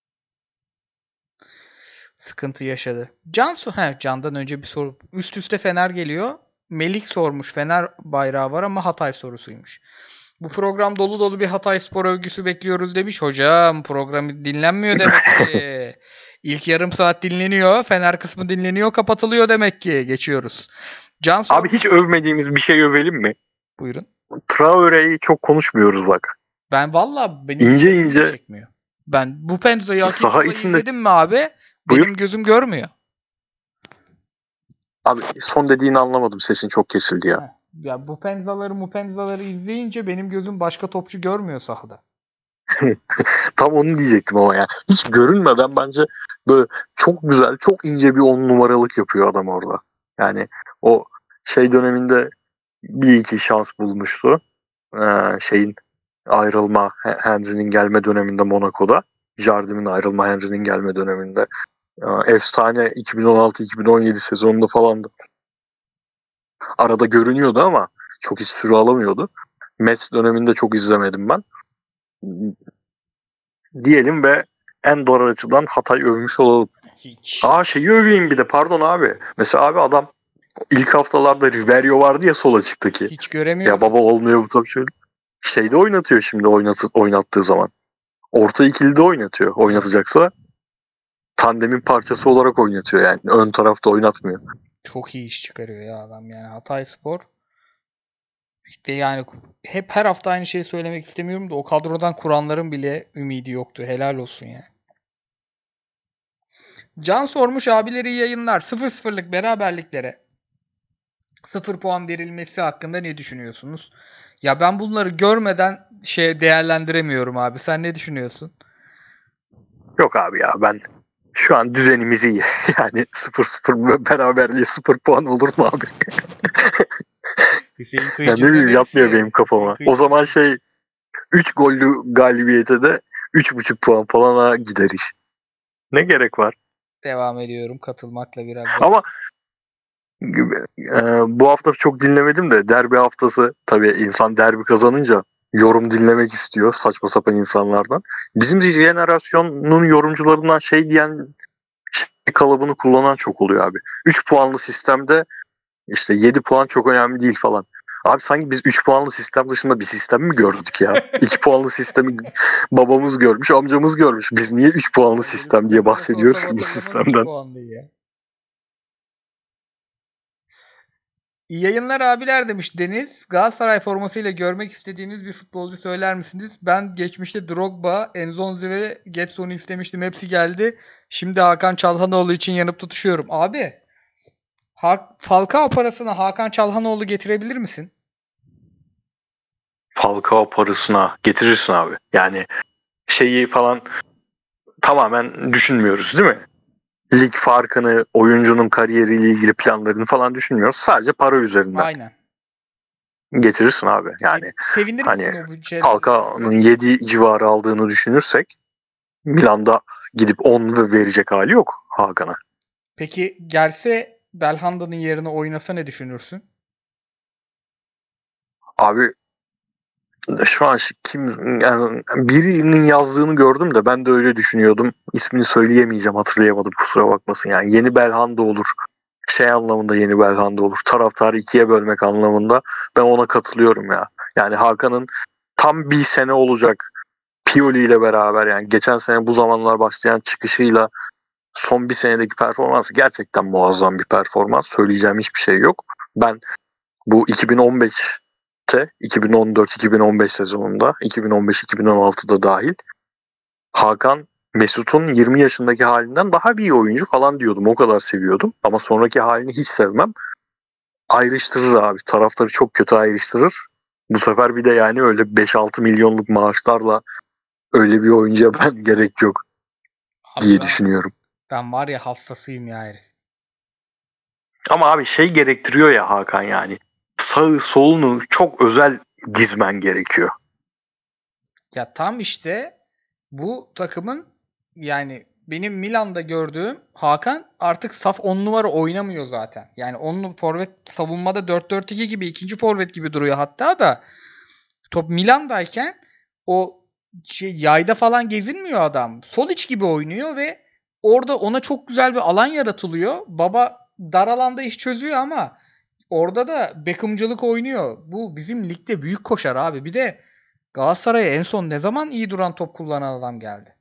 S1: Sıkıntı yaşadı. Cansu, he, Can'dan önce bir soru. Üst üste Fener geliyor. Melik sormuş. Fener bayrağı var ama Hatay sorusuymuş. Bu program dolu dolu bir Hatay spor övgüsü bekliyoruz demiş. Hocam programı dinlenmiyor demek ki. İlk yarım saat dinleniyor. Fener kısmı dinleniyor. Kapatılıyor demek ki. Geçiyoruz. Can
S2: Abi hiç övmediğimiz bir şey övelim mi?
S1: Buyurun.
S2: Traore'yi çok konuşmuyoruz bak.
S1: Ben valla benim
S2: ince
S1: gözüm
S2: ince
S1: çekmiyor. Ben bu Penza'yı
S2: saha
S1: Akif'le
S2: içinde
S1: izledim mi abi?
S2: buyur.
S1: Benim gözüm görmüyor.
S2: Abi son dediğini anlamadım. Sesin çok kesildi ya.
S1: Heh. Ya bu penzaları mu penzaları izleyince benim gözüm başka topçu görmüyor sahada.
S2: Tam onu diyecektim ama ya. Hiç görünmeden bence böyle çok güzel, çok ince bir on numaralık yapıyor adam orada. Yani o şey döneminde bir iki şans bulmuştu. Ee, şeyin ayrılma, Henry'nin gelme döneminde Monaco'da. Jardim'in ayrılma, Henry'nin gelme döneminde. Ee, efsane iki bin on altı iki bin on yedi sezonunda falandı. Arada görünüyordu ama çok hiç süre alamıyordu. Mets döneminde çok izlemedim ben. Diyelim ve en doğru açıdan Hatay övmüş olalım.
S1: Hiç.
S2: Aa şeyi öveyim bir de pardon abi. Mesela abi adam ilk haftalarda Riverio vardı ya sol açıktaki.
S1: Hiç göremiyorum.
S2: Ya baba olmuyor bu topçu. Şeyde oynatıyor şimdi oynatı, oynattığı zaman. Orta ikilide oynatıyor. Oynatacaksa tandemin parçası olarak oynatıyor yani. Ön tarafta oynatmıyor.
S1: Çok iyi iş çıkarıyor ya adam yani. Hatay Spor. İşte yani hep her hafta aynı şeyi söylemek istemiyorum da o kadrodan kuranların bile ümidi yoktu. Helal olsun yani. Can sormuş, abileri iyi yayınlar. sıfır sıfırlık beraberliklere sıfır puan verilmesi hakkında ne düşünüyorsunuz? Ya ben bunları görmeden şey değerlendiremiyorum abi. Sen ne düşünüyorsun?
S2: Yok abi ya ben şu an düzenimiz iyi. Yani sıfır sıfır beraberliğe sıfır puan olur mu abi?
S1: Hüseyin
S2: Ya
S1: Kıyıcı
S2: ne bileyim
S1: neresi?
S2: yatmıyor benim kafama.
S1: Kıyıcı
S2: O zaman
S1: neresi?
S2: şey üç gollü galibiyete de üç buçuk puan falana gider iş. Ne gerek var?
S1: Devam ediyorum katılmakla biraz da.
S2: Ama e, bu hafta çok dinlemedim de derbi haftası tabii insan derbi kazanınca yorum dinlemek istiyor saçma sapan insanlardan. Bizim jenerasyonun yorumcularından şey diyen şey kalıbını kullanan çok oluyor abi. üç puanlı sistemde işte yedi puan çok önemli değil falan. Abi sanki biz üç puanlı sistem dışında bir sistem mi gördük ya? iki puanlı sistemi babamız görmüş, amcamız görmüş. Biz niye üç puanlı sistem diye bahsediyoruz ki bu sistemden?
S1: İyi yayınlar abiler demiş Deniz. Galatasaray formasıyla görmek istediğiniz bir futbolcu söyler misiniz? Ben geçmişte Drogba, Enzonzi ve Getson'u istemiştim. Hepsi geldi. Şimdi Hakan Çalhanoğlu için yanıp tutuşuyorum. Abi, ha- Falcao parasına Hakan Çalhanoğlu getirebilir misin?
S2: Falcao parasına getirirsin abi. Yani şeyi falan tamamen düşünmüyoruz değil mi? Lig farkını, oyuncunun kariyeriyle ilgili planlarını falan düşünmüyoruz. Sadece para üzerinden
S1: Aynen.
S2: getirirsin abi. Yani
S1: Sevinir
S2: hani
S1: misin o bütçeyle?
S2: Falcao'nun yedi civarı aldığını düşünürsek Milan'da gidip on verecek hali yok Hakan'a.
S1: Peki gelse Belhanda'nın yerine oynasa ne düşünürsün?
S2: Abi şu an kim yani birinin yazdığını gördüm de ben de öyle düşünüyordum. İsmini söyleyemeyeceğim, hatırlayamadım kusura bakmasın. Yani yeni Belhanda olur. Şey anlamında yeni Belhanda olur. Taraftarı ikiye bölmek anlamında ben ona katılıyorum ya. Yani Hakan'ın tam bir sene olacak Pioli ile beraber yani geçen sene bu zamanlar başlayan çıkışıyla son bir senedeki performansı gerçekten muazzam bir performans. Söyleyeceğim hiçbir şey yok. Ben bu iki bin on beşte iki bin on dört iki bin on beş sezonunda iki bin on beş iki bin on altıda dahil Hakan Mesut'un yirmi yaşındaki halinden daha bir iyi oyuncu falan diyordum. O kadar seviyordum. Ama sonraki halini hiç sevmem. Ayrıştırır abi. Taraftarı çok kötü ayrıştırır. Bu sefer bir de yani öyle beş altı milyonluk maaşlarla öyle bir oyuncuya ben gerek yok
S1: Abi
S2: diye
S1: ben,
S2: düşünüyorum.
S1: ben var ya hastasıyım ya herif.
S2: Ama abi şey gerektiriyor ya Hakan yani. Sağı solunu çok özel dizmen gerekiyor.
S1: Ya tam işte bu takımın, yani benim Milan'da gördüğüm Hakan artık saf on numara oynamıyor zaten. Yani on forvet savunmada dört dört iki gibi ikinci forvet gibi duruyor hatta da top Milan'dayken o şey, yayda falan gezinmiyor adam. Sol iç gibi oynuyor ve orada ona çok güzel bir alan yaratılıyor. Baba dar alanda iş çözüyor ama orada da Beckham'cılık oynuyor. Bu bizim ligde büyük koşar abi. Bir de Galatasaray'a en son ne zaman iyi duran top kullanan adam geldi?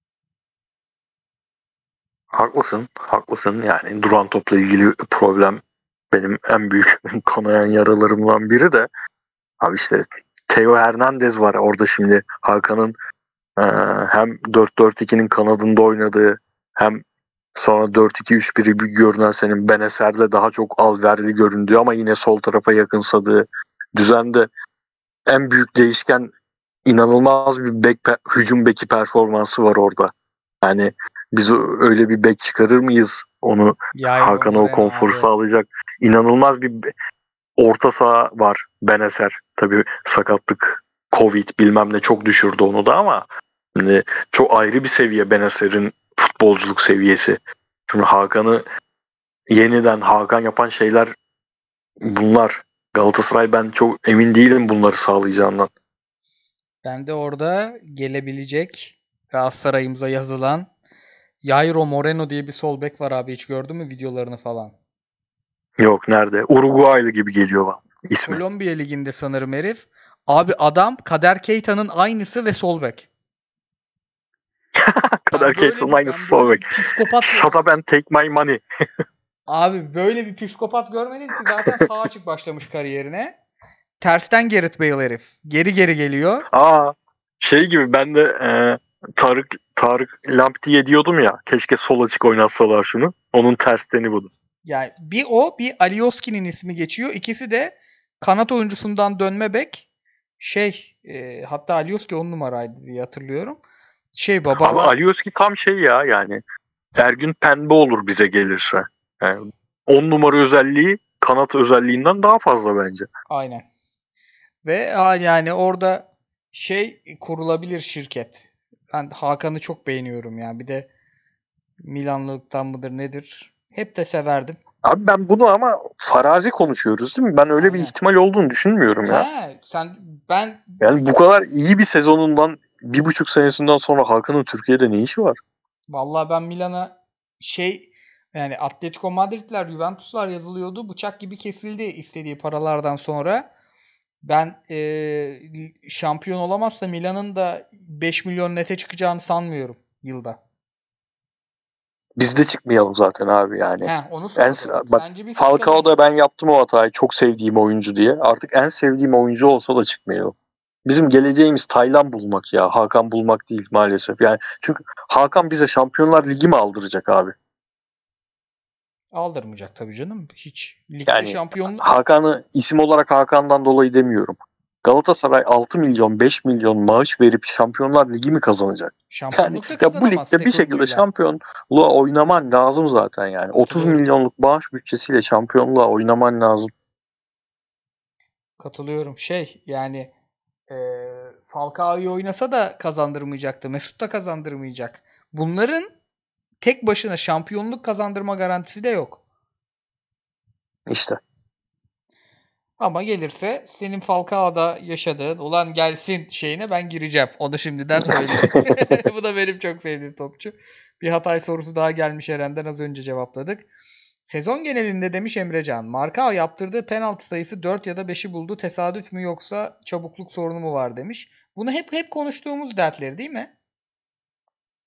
S2: Haklısın, haklısın. Yani duran topla ilgili problem benim en büyük kanayan yaralarımdan biri de abi işte Theo Hernandez var orada şimdi Hakan'ın e, hem dört dört ikinin kanadında oynadığı hem sonra dört iki üç biri bir görünen senin Benacer'le daha çok alverdi göründüğü ama yine sol tarafa yakınsadığı düzende en büyük değişken inanılmaz bir bek, hücum beki performansı var orada. Yani biz öyle bir bek çıkarır mıyız? Onu
S1: Jairo
S2: Hakan'a o
S1: Moreno
S2: konforu
S1: abi.
S2: sağlayacak. İnanılmaz bir orta saha var. Benacer. Tabii sakatlık, Covid bilmem ne çok düşürdü onu da ama şimdi çok ayrı bir seviye Benacer'in futbolculuk seviyesi. Şimdi Hakan'ı yeniden Hakan yapan şeyler bunlar. Galatasaray ben çok emin değilim bunları sağlayacağından.
S1: Ben de orada gelebilecek Galatasaray'ımıza yazılan Jairo Moreno diye bir sol bek var abi. Hiç gördün mü videolarını falan?
S2: Yok nerede? Uruguaylı gibi geliyor bana ismi.
S1: Kolombiya liginde sanırım herif. Abi adam Kader Keita'nın aynısı ve sol bek.
S2: Kader
S1: Ben
S2: Keita'nın
S1: böyle bir
S2: aynısı
S1: ben böyle
S2: sol.
S1: bir psikopat
S2: Shut up and take my money.
S1: abi böyle bir psikopat görmedim ki, zaten sağ açık başlamış kariyerine. Tersten Gareth Bale herif. Geri geri geliyor.
S2: Aa şey gibi ben de e, Tarık Tarık Lamptey diyordum ya. Keşke sol açık oynatsalar şunu. Onun tersteni budur.
S1: Yani bir o, bir Alioski'nin ismi geçiyor. İkisi de kanat oyuncusundan dönme bek. Şey, e, hatta Alioski on numaraydı diye hatırlıyorum. Şey
S2: Abi
S1: baba,
S2: Alioski tam şey ya yani. Ergün Pembe olur bize gelirse. Yani on numara özelliği kanat özelliğinden daha fazla bence.
S1: aynen. Ve ha, yani orada şey kurulabilir şirket. Ben Hakan'ı çok beğeniyorum ya. Bir de Milanlıktan mıdır nedir? Hep de severdim.
S2: Abi ben bunu ama farazi konuşuyoruz değil mi? Ben öyle bir
S1: Aynen.
S2: ihtimal olduğunu düşünmüyorum ya.
S1: He, sen ben
S2: Yani bu kadar iyi bir sezonundan bir buçuk senesinden sonra Hakan'ın Türkiye'de ne işi var?
S1: vallahi ben Milan'a şey, yani Atletico Madrid'ler, Juventus'lar yazılıyordu. Bıçak gibi kesildi istediği paralardan sonra. Ben e, şampiyon olamazsa Milan'ın da beş milyon nete çıkacağını sanmıyorum yılda.
S2: Biz de çıkmayalım zaten abi yani.
S1: He, onu
S2: En,
S1: sordum.
S2: bak
S1: Sence biz çıkalım mı?
S2: Falcao'da ben yaptım o hatayı. Çok sevdiğim oyuncu diye. Artık en sevdiğim oyuncu olsa da çıkmayalım. Bizim geleceğimiz Taylan bulmak ya. Hakan bulmak değil maalesef. Yani çünkü Hakan bize Şampiyonlar Ligi mi aldıracak abi?
S1: Aldırmayacak tabii canım. Hiç. Ligde
S2: Yani
S1: şampiyonluk
S2: Hakan'ı isim olarak Hakan'dan dolayı demiyorum. Galatasaray altı milyon beş milyon maaş verip Şampiyonlar Ligi mi kazanacak? Yani
S1: şampiyonluk da
S2: ya bu
S1: kazanamaz
S2: ligde bir
S1: tek
S2: şekilde
S1: oyuncuyla.
S2: şampiyonluğa oynaman lazım zaten yani. otuz
S1: Katılıyorum.
S2: milyonluk maaş bütçesiyle şampiyonluğa oynaman lazım.
S1: Katılıyorum. Şey yani e, Falcao'yu oynasa da kazandırmayacaktı. Mesut da kazandırmayacak. Bunların tek başına şampiyonluk kazandırma garantisi de yok.
S2: İşte.
S1: Ama gelirse senin Falcao'da yaşadığın ulan gelsin şeyine ben gireceğim. Onu şimdiden söyleyeyim. Bu da benim çok sevdiğim topçu. Bir Hatay sorusu daha gelmiş Eren'den, az önce cevapladık. Sezon genelinde demiş Emrecan, Marka yaptırdığı penaltı sayısı dört ya da beşi buldu. Tesadüf mü yoksa çabukluk sorunu mu var demiş. Bunu hep hep konuştuğumuz dertleri değil mi?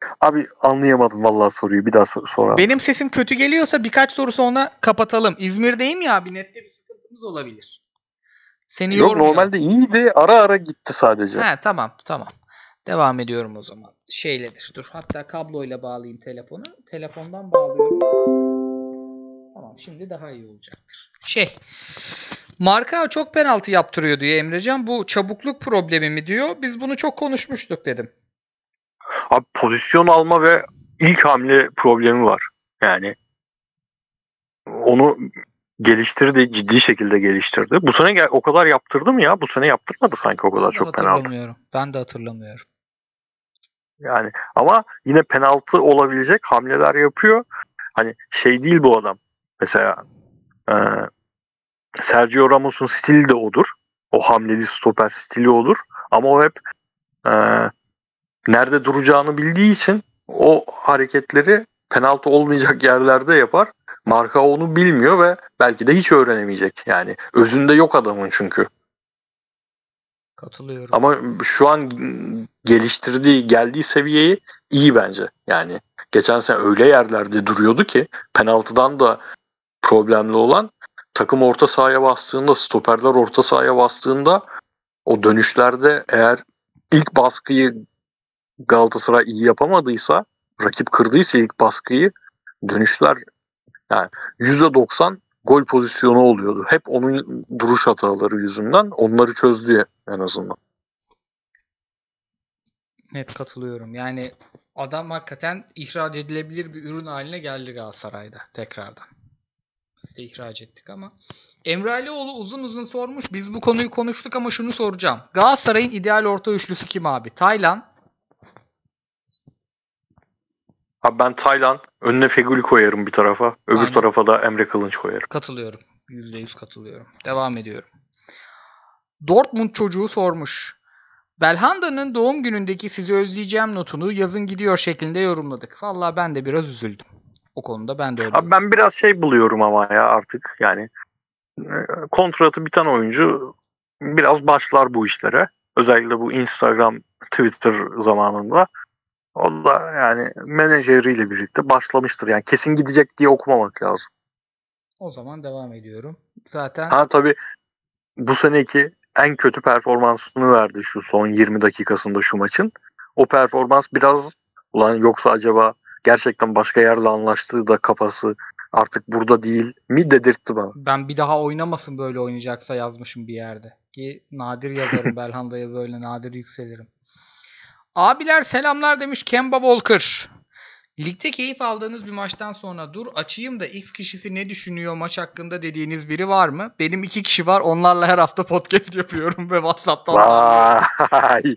S2: Abi anlayamadım vallahi soruyu. Bir daha sor- sorar
S1: Benim
S2: mısın?
S1: sesim kötü geliyorsa birkaç soru sonra kapatalım. İzmir'deyim ya abi, nette bir sıkıntımız olabilir. Seni
S2: Yok,
S1: yormayalım.
S2: normalde iyiydi. Ara ara gitti sadece.
S1: He tamam tamam. Devam ediyorum o zaman. Şeyledir. Dur hatta kabloyla bağlayayım telefonu. Telefondan bağlıyorum. Tamam, şimdi daha iyi olacaktır. Şey. Marka çok penaltı yaptırıyor diyor Emrecan. Bu çabukluk problemi mi diyor. Biz bunu çok konuşmuştuk dedim.
S2: Abi pozisyon alma ve ilk hamle problemi var. Yani onu geliştirdi, ciddi şekilde geliştirdi. Bu sene gel- o kadar yaptırdı mı ya? Bu sene yaptırmadı sanki o kadar
S1: Ben de
S2: çok penaltı.
S1: hatırlamıyorum. Ben de hatırlamıyorum.
S2: Yani ama yine penaltı olabilecek hamleler yapıyor. Hani şey değil bu adam. Mesela e, Sergio Ramos'un stili de odur. O hamleli stoper stili odur. Ama o hep e, nerede duracağını bildiği için o hareketleri penaltı olmayacak yerlerde yapar. Marka onu bilmiyor ve belki de hiç öğrenemeyecek. Yani özünde yok adamın çünkü.
S1: Katılıyorum.
S2: Ama şu an geliştirdiği, geldiği seviyeyi iyi bence. Yani geçen sene öyle yerlerde duruyordu ki penaltıdan da problemli olan, takım orta sahaya bastığında, stoperler orta sahaya bastığında o dönüşlerde eğer ilk baskıyı Galatasaray iyi yapamadıysa, rakip kırdıysa ilk baskıyı, dönüşler yani yüzde doksan gol pozisyonu oluyordu. Hep onun duruş hataları yüzünden onları çözdü en azından.
S1: Net katılıyorum. Yani adam hakikaten ihraç edilebilir bir ürün haline geldi Galatasaray'da tekrardan. Biz de ihraç ettik ama. Emre Alioğlu uzun uzun sormuş. Biz bu konuyu konuştuk ama şunu soracağım. Galatasaray'ın ideal orta üçlüsü kim abi? Taylan.
S2: Abi ben Taylan, önüne Feguli koyarım bir tarafa. Öbür
S1: Aynen.
S2: tarafa da Emre Kılınç koyarım.
S1: Katılıyorum. yüzde yüz katılıyorum. Devam ediyorum. Dortmund çocuğu sormuş. Belhanda'nın doğum günündeki sizi özleyeceğim notunu yazın gidiyor şeklinde yorumladık. Vallahi ben de biraz üzüldüm. O konuda ben de öyle.
S2: Abi ben biraz şey buluyorum ama ya artık yani kontratı biten oyuncu biraz başlar bu işlere. Özellikle bu Instagram, Twitter zamanında. O da yani menajeriyle birlikte başlamıştır. Yani kesin gidecek diye okumamak lazım.
S1: O zaman devam ediyorum. Zaten
S2: Ha tabii bu seneki en kötü performansını verdi şu son yirmi dakikasında şu maçın. O performans biraz, ulan yoksa acaba gerçekten başka yerde anlaştığı da kafası artık burada değil mi dedirtti bana.
S1: ben bir daha oynamasın böyle oynayacaksa yazmışım bir yerde. Ki nadir yazarım Belhanda'ya, böyle nadir yükselirim. Abiler selamlar demiş Kemba Walker. Ligde keyif aldığınız bir maçtan sonra dur açayım da X kişisi ne düşünüyor maç hakkında dediğiniz biri var mı? Benim iki kişi var. Onlarla her hafta podcast yapıyorum ve WhatsApp'tan
S2: Vay.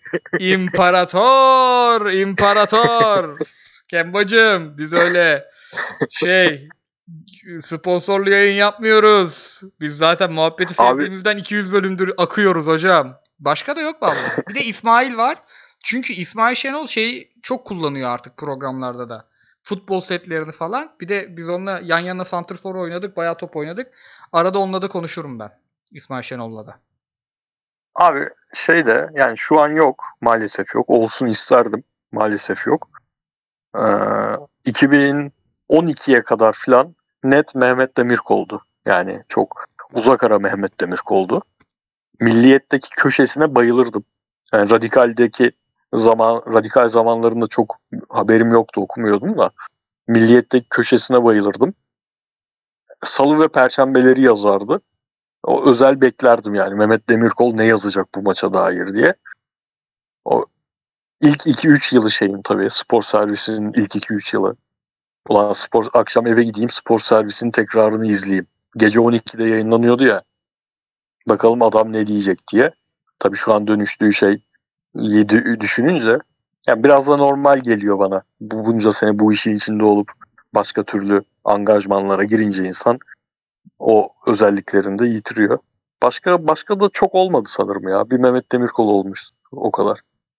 S1: İmparator, imparator. Kembacım biz öyle şey sponsorlu yayın yapmıyoruz. Biz zaten muhabbeti
S2: Abi
S1: sevdiğimizden iki yüz bölümdür akıyoruz hocam. Başka da yok vallahi. Bir de İsmail var. Çünkü İsmail Şenol şeyi çok kullanıyor artık programlarda da. Futbol setlerini falan. Bir de biz onunla yan yana santrfor oynadık. Bayağı top oynadık. Arada onunla da konuşurum ben. İsmail Şenol'la da.
S2: abi şey de yani şu an yok, maalesef yok. Olsun isterdim, maalesef yok. Ee, iki bin on ikiye kadar filan net Mehmet Demirkol'du. Yani çok uzak ara Mehmet Demirkol'du. Milliyetteki köşesine bayılırdım. Yani Radikal'deki zaman radikal zamanlarında çok haberim yoktu, okumuyordum da Milliyet'teki köşesine bayılırdım. Salı ve perşembeleri yazardı. O özel beklerdim yani Mehmet Demirkol ne yazacak bu maça dair diye. O ilk iki üç yılı şeyin tabii, spor servisinin ilk iki üç yılı. Ulan spor, akşam eve gideyim spor servisinin tekrarını izleyeyim. Gece on ikide yayınlanıyordu ya. Bakalım adam ne diyecek diye. Tabii şu an dönüştüğü şey düşününce yani biraz da normal geliyor bana. Bu bunca sene bu işin içinde olup başka türlü angajmanlara girince insan o özelliklerini de yitiriyor. Başka başka da çok olmadı sanırım ya. Bir Mehmet Demirkol olmuş o kadar.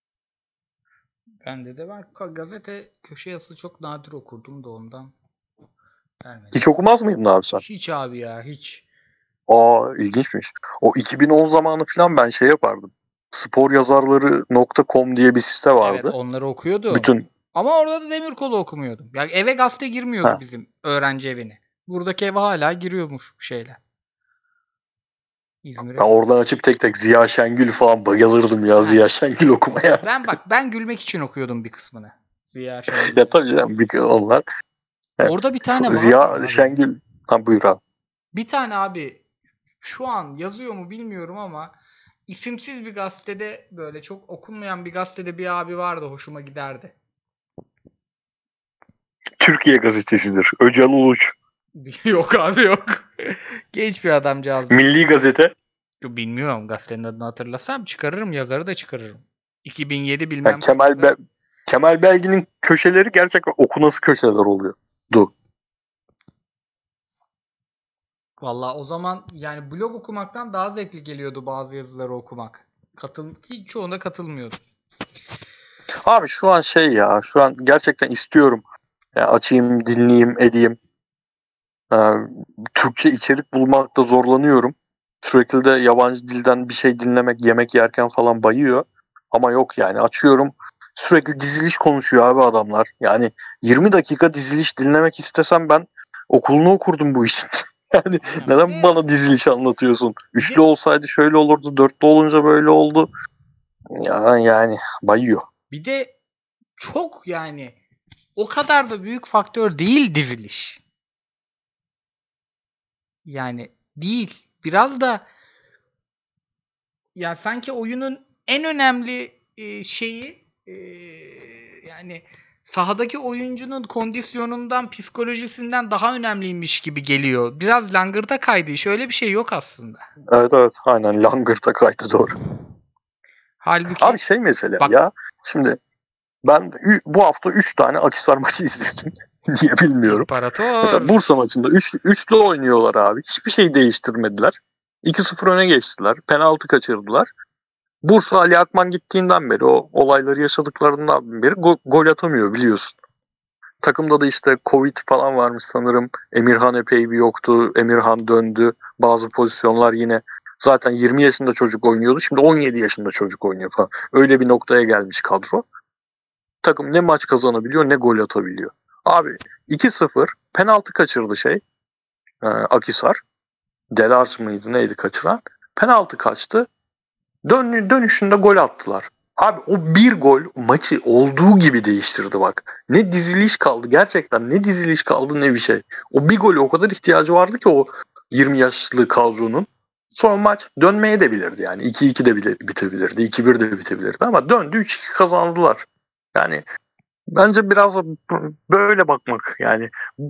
S1: Bende de ben gazete köşe yazısı çok nadir okurdum da ondan vermedim.
S2: Hiç okumaz mıydın abi sen?
S1: Hiç abi ya hiç.
S2: Aa, ilginçmiş. O iki bin on zamanı falan ben şey yapardım. sporyazarları nokta com diye bir site vardı.
S1: Evet onları okuyordum.
S2: Bütün
S1: Ama orada da Demirkol'u okumuyordum. Yani eve gazete girmiyordu
S2: Ha.
S1: bizim öğrenci evine. Buradaki eve hala giriyormuş bu şeyler. İzmir'e.
S2: Ben oradan açıp tek tek Ziya Şengül falan bayılırdım ya,
S1: Ha.
S2: Ziya Şengül okumaya.
S1: Ben bak ben gülmek için okuyordum bir kısmını. Ziya Şengül.
S2: Ya tabii canım, bir onlar.
S1: Orada bir tane vardı
S2: Ziya
S1: abi.
S2: Şengül. Ha, buyur abi.
S1: Bir tane abi şu an yazıyor mu bilmiyorum ama isimsiz bir gazetede, böyle çok okunmayan bir gazetede bir abi vardı, hoşuma giderdi.
S2: Türkiye Gazetesi'dir. Öcal Uluç.
S1: Yok abi yok. Genç bir adamcağız.
S2: Milli Gazete.
S1: Bilmiyorum, gazetenin adını hatırlasam çıkarırım, yazarı da çıkarırım. iki bin yedi bilmem.
S2: Yani Kemal Be- Kemal Belgin'in köşeleri gerçekten okunası köşeler oluyor. Du.
S1: Vallahi o zaman yani blog okumaktan daha zevkli geliyordu bazı yazıları okumak. Katıl hiç çoğuna katılmıyordum.
S2: Abi şu an şey ya, şu an gerçekten istiyorum. Yani açayım, dinleyeyim, edeyim. Ee, Türkçe içerik bulmakta zorlanıyorum. Sürekli de yabancı dilden bir şey dinlemek, yemek yerken falan bayıyor. Ama yok yani, açıyorum. Sürekli diziliş konuşuyor abi adamlar. Yani yirmi dakika diziliş dinlemek istesem ben okulunu okurdum bu işin. Yani neden
S1: de,
S2: bana diziliş anlatıyorsun? Üçlü
S1: de,
S2: olsaydı şöyle olurdu, dörtlü olunca böyle oldu. Ya, yani bayıyor.
S1: bir de çok yani o kadar da büyük faktör değil diziliş. Yani değil. Biraz da ya sanki oyunun en önemli e, şeyi e, yani sahadaki oyuncunun kondisyonundan, psikolojisinden daha önemliymiş gibi geliyor. Biraz langırta kaydı iş. Öyle bir şey yok aslında.
S2: Evet evet, aynen, langırta kaydı, doğru.
S1: Halbuki
S2: Abi şey mesela
S1: bak,
S2: ya, şimdi ben ü- bu hafta üç tane Akhisar maçı izledim. Niye bilmiyorum.
S1: İmparator.
S2: Mesela Bursa maçında üç, üçlü oynuyorlar abi. Hiçbir şey değiştirmediler. iki sıfır öne geçtiler. Penaltı kaçırdılar. Bursa Ali Akman gittiğinden beri, o olayları yaşadıklarından beri go- gol atamıyor biliyorsun. Takımda da işte Covid falan varmış sanırım. Emirhan epey bir yoktu. Emirhan döndü. Bazı pozisyonlar yine zaten yirmi yaşında çocuk oynuyordu. Şimdi on yedi yaşında çocuk oynuyor falan. Öyle bir noktaya gelmiş kadro. Takım ne maç kazanabiliyor ne gol atabiliyor. Abi iki sıfır penaltı kaçırdı şey. E, Akhisar. Delars mıydı neydi kaçıran? Penaltı kaçtı. Dön, dönüşünde gol attılar. Abi o bir gol maçı olduğu gibi değiştirdi bak. Ne diziliş kaldı gerçekten, ne diziliş kaldı ne bir şey. O bir golü o kadar ihtiyacı vardı ki o yirmi yaşlı kadronun. Sonra maç dönmeye de bilirdi yani. iki iki de bile bitebilirdi. iki bir de bitebilirdi ama döndü, üç iki kazandılar. Yani bence biraz da böyle bakmak yani.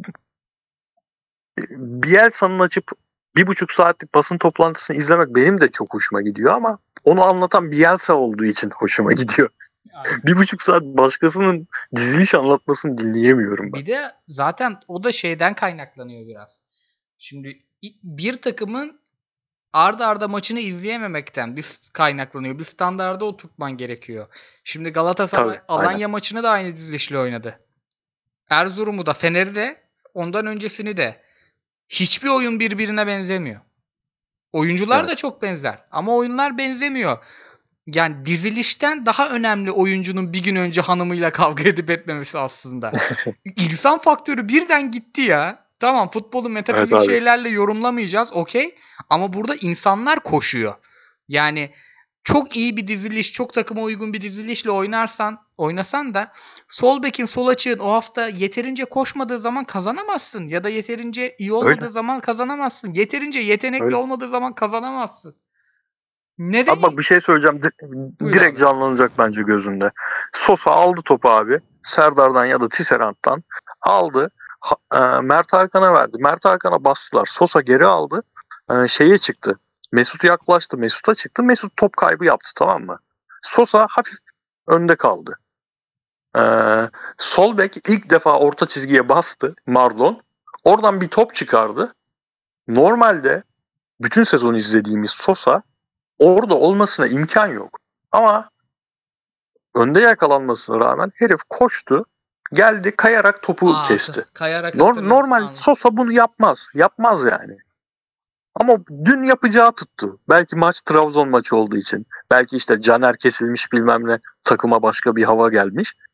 S2: Bielsa'nın açıp bir buçuk saatlik basın toplantısını izlemek benim de çok hoşuma gidiyor ama onu anlatan Bielsa olduğu için hoşuma gidiyor.
S1: Aynen.
S2: Bir buçuk saat başkasının diziliş anlatmasını dinleyemiyorum ben.
S1: Bir de zaten o da şeyden kaynaklanıyor biraz. Şimdi bir takımın arda arda maçını izleyememekten bir kaynaklanıyor. Bir standarda oturtman gerekiyor. Şimdi Galatasaray
S2: Tabii,
S1: Alanya
S2: aynen.
S1: maçını da aynı dizilişle oynadı. Erzurum'u da, Fener'i de, ondan öncesini de. Hiçbir oyun birbirine benzemiyor. Oyuncular
S2: Evet.
S1: da çok benzer ama oyunlar benzemiyor. Yani dizilişten daha önemli oyuncunun bir gün önce hanımıyla kavga edip etmemesi aslında. İnsan faktörü birden gitti ya. Tamam, futbolu metafizik
S2: Evet abi.
S1: şeylerle yorumlamayacağız, okey. Ama burada insanlar koşuyor. Yani çok iyi bir diziliş, çok takıma uygun bir dizilişle oynarsan, oynasan da sol bekin, sol açığın o hafta yeterince koşmadığı zaman kazanamazsın. Ya da yeterince iyi olmadığı
S2: Öyle.
S1: zaman kazanamazsın. Yeterince yetenekli
S2: Öyle.
S1: olmadığı zaman kazanamazsın. Neden?
S2: Abi bak bir şey söyleyeceğim. Di-
S1: Buyur
S2: direkt
S1: abi.
S2: canlanacak bence gözünde. Sosa aldı topu abi. Serdar'dan ya da Tisserand'dan aldı. Ha- e, Mert Hakan'a verdi. Mert Hakan'a bastılar. Sosa geri aldı. E, şeye çıktı. Mesut yaklaştı. Mesut'a çıktı. Mesut top kaybı yaptı, tamam mı? Sosa hafif önde kaldı. E, Sol bek ilk defa orta çizgiye bastı. Marlon. Oradan bir top çıkardı. Normalde bütün sezon izlediğimiz Sosa orada olmasına imkan yok. Ama önde yakalanmasına rağmen herif koştu. Geldi kayarak topu
S1: Aa,
S2: kesti.
S1: kayarak
S2: Nor-
S1: hatırladım.
S2: normal
S1: Anladım.
S2: Sosa bunu yapmaz. Yapmaz yani. Ama dün yapacağı tuttu. Belki maç Trabzon maçı olduğu için. Belki işte Caner kesilmiş bilmem ne, takıma başka bir hava gelmiş.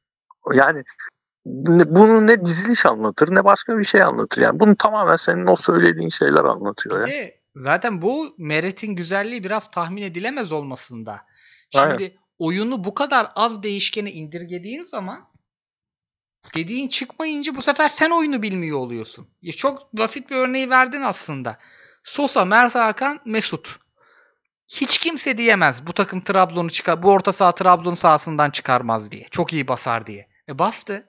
S2: Yani ne- bunu ne diziliş anlatır ne başka bir şey anlatır. Yani bunu tamamen senin o söylediğin şeyler anlatıyor
S1: Bir
S2: ya.
S1: de zaten bu Meret'in güzelliği biraz tahmin edilemez olmasında.
S2: Aynen.
S1: Şimdi oyunu bu kadar az değişkene indirgediğin zaman dediğin çıkmayınca bu sefer sen oyunu bilmiyor oluyorsun. Ya çok basit bir örneği verdin aslında. Sosa, Mert Hakan, Mesut. Hiç kimse diyemez bu takım Trabzon'u çıkar, bu orta saha Trabzon sahasından çıkarmaz diye. Çok iyi basar diye. E bastı.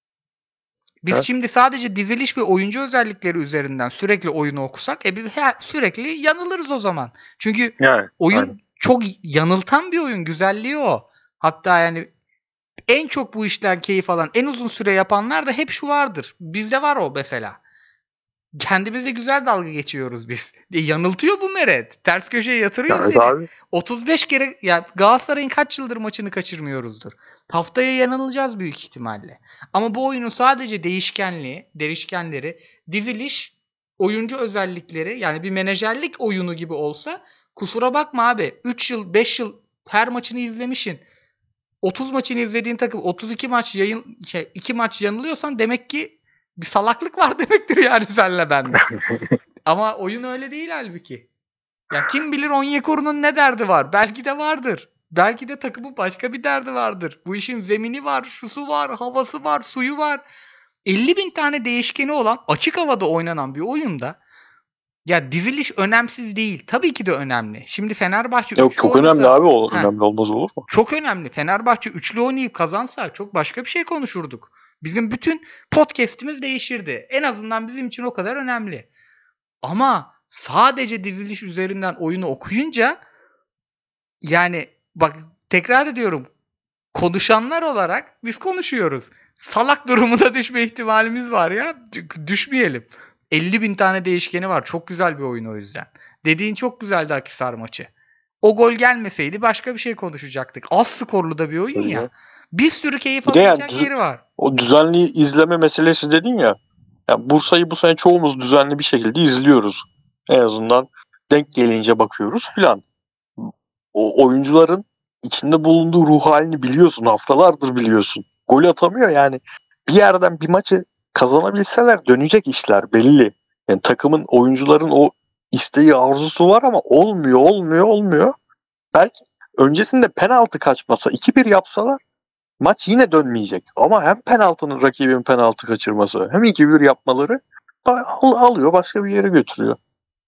S1: Biz
S2: Evet.
S1: şimdi sadece diziliş ve oyuncu özellikleri üzerinden sürekli oyunu okusak e biz he- sürekli yanılırız o zaman. Çünkü
S2: Yani. Aynen.
S1: oyun çok yanıltan bir oyun. Güzelliği o. Hatta yani en çok bu işten keyif alan, en uzun süre yapanlar da hep şu vardır. Bizde var o mesela. Kendimize güzel dalga geçiyoruz biz. E, yanıltıyor bu Meret. Ters köşeye yatırıyor
S2: Evet
S1: seni.
S2: abi.
S1: otuz beş kere ya Galatasaray'ın kaç yıldır maçını kaçırmıyoruzdur. Haftaya yanılacağız büyük ihtimalle. Ama bu oyunun sadece değişkenliği, değişkenleri, diziliş, oyuncu özellikleri yani bir menajerlik oyunu gibi olsa kusura bakma abi. üç yıl, beş yıl her maçını izlemişsin. otuz maçını izlediğin takım otuz iki maç yayın şey iki maç yanılıyorsan demek ki bir salaklık var demektir yani senle bende. Ama oyun öyle değil halbuki. Ya kim bilir Onyekuru'nun ne derdi var? Belki de vardır. Belki de takımın başka bir derdi vardır. Bu işin zemini var, şusu var, havası var, suyu var. elli bin tane değişkeni olan açık havada oynanan bir oyunda ya diziliş önemsiz değil. Tabii ki de önemli. Şimdi Fenerbahçe
S2: Yok
S1: üçlü
S2: çok önemli
S1: oynasa
S2: abi. O
S1: heh,
S2: önemli olmaz olur mu?
S1: çok önemli. Fenerbahçe üçlü oynayıp kazansa çok başka bir şey konuşurduk. Bizim bütün podcast'imiz değişirdi. En azından bizim için o kadar önemli. Ama sadece diziliş üzerinden oyunu okuyunca yani bak tekrar ediyorum konuşanlar olarak biz konuşuyoruz. Salak durumuna düşme ihtimalimiz var ya. Düşmeyelim. elli bin tane değişkeni var. Çok güzel bir oyun o yüzden. Dediğin çok güzeldi Akhisar maçı. O gol gelmeseydi başka bir şey konuşacaktık. Az skorlu da bir oyun
S2: Öyle
S1: ya.
S2: ya.
S1: Bir sürü keyif
S2: Bir de yani
S1: alınacak
S2: düz-
S1: yeri var.
S2: o düzenli izleme meselesi dedin ya. Yani Bursa'yı bu sene çoğumuz düzenli bir şekilde izliyoruz. En azından denk gelince bakıyoruz filan. O oyuncuların içinde bulunduğu ruh halini biliyorsun. Haftalardır biliyorsun. Gol atamıyor yani. Bir yerden bir maçı kazanabilseler dönecek işler belli. Yani takımın, oyuncuların o isteği, arzusu var ama olmuyor, olmuyor, olmuyor. Belki öncesinde penaltı kaçmasa, iki bir yapsalar maç yine dönmeyecek. Ama hem penaltının, rakibin penaltı kaçırması hem iki bir yapmaları al- alıyor, başka bir yere götürüyor.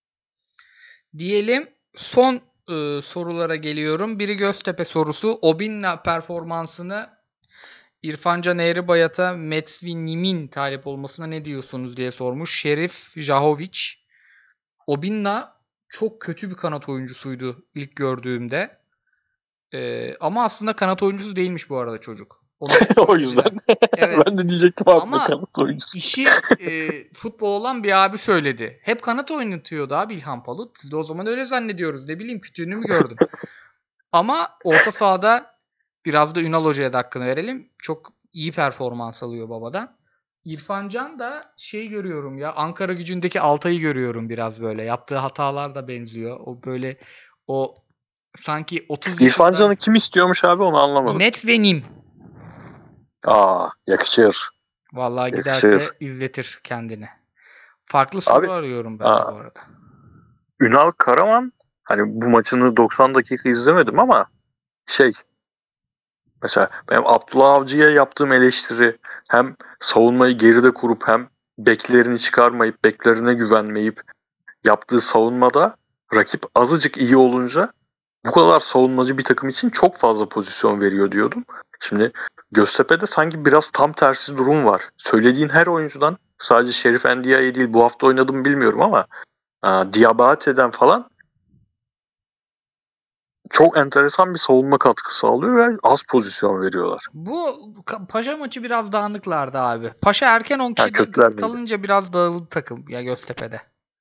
S1: Diyelim son e, sorulara geliyorum. Biri Göztepe sorusu. Obinna performansını İrfan Can Eğribayat'a Metsvi talip olmasına ne diyorsunuz diye sormuş. Şerif Jahovic. Obinna çok kötü bir kanat oyuncusuydu ilk gördüğümde. Ee, ama aslında kanat oyuncusu değilmiş bu arada çocuk. Onu
S2: O
S1: söylediler.
S2: yüzden
S1: Evet.
S2: ben de diyecektim abi
S1: Ama
S2: kanat oyuncusu.
S1: işi e, futbol olan bir abi söyledi. Hep kanat oynatıyordu abi İlhan Palut. Biz de o zaman öyle zannediyoruz. Ne bileyim kütüğünü mü gördüm. Ama orta sahada biraz da Ünal Hoca'ya da hakkını verelim. Çok iyi performans alıyor babadan. İrfan Can da şey görüyorum ya Ankara Gücü'ndeki Altay'ı görüyorum biraz böyle. Yaptığı hatalar da benziyor. O böyle o sanki otuz
S2: İrfan
S1: yaşında
S2: Can'ı kim istiyormuş abi onu anlamadım.
S1: Met ve Nim.
S2: Aa yakışır.
S1: Vallahi
S2: Yakışır.
S1: giderse izletir kendini. Farklı soru
S2: Abi
S1: arıyorum ben de
S2: aa,
S1: bu arada.
S2: Ünal Karaman hani bu maçını doksan dakika izlemedim ama şey mesela benim Abdullah Avcı'ya yaptığım eleştiri hem savunmayı geride kurup hem beklerini çıkarmayıp beklerine güvenmeyip yaptığı savunmada rakip azıcık iyi olunca bu kadar savunmacı bir takım için çok fazla pozisyon veriyor diyordum. Şimdi Göztepe'de sanki biraz tam tersi durum var. Söylediğin her oyuncudan sadece Şerif Endia'yı değil bu hafta oynadım bilmiyorum ama e, Diabate'den falan çok enteresan bir savunma katkısı alıyor ve az pozisyon veriyorlar.
S1: Bu Paşa maçı biraz dağınıklardı abi. Paşa erken on
S2: Ha,
S1: kişi
S2: kötüler miydi?
S1: kalınca biraz dağıldı takım ya Göztepe'de.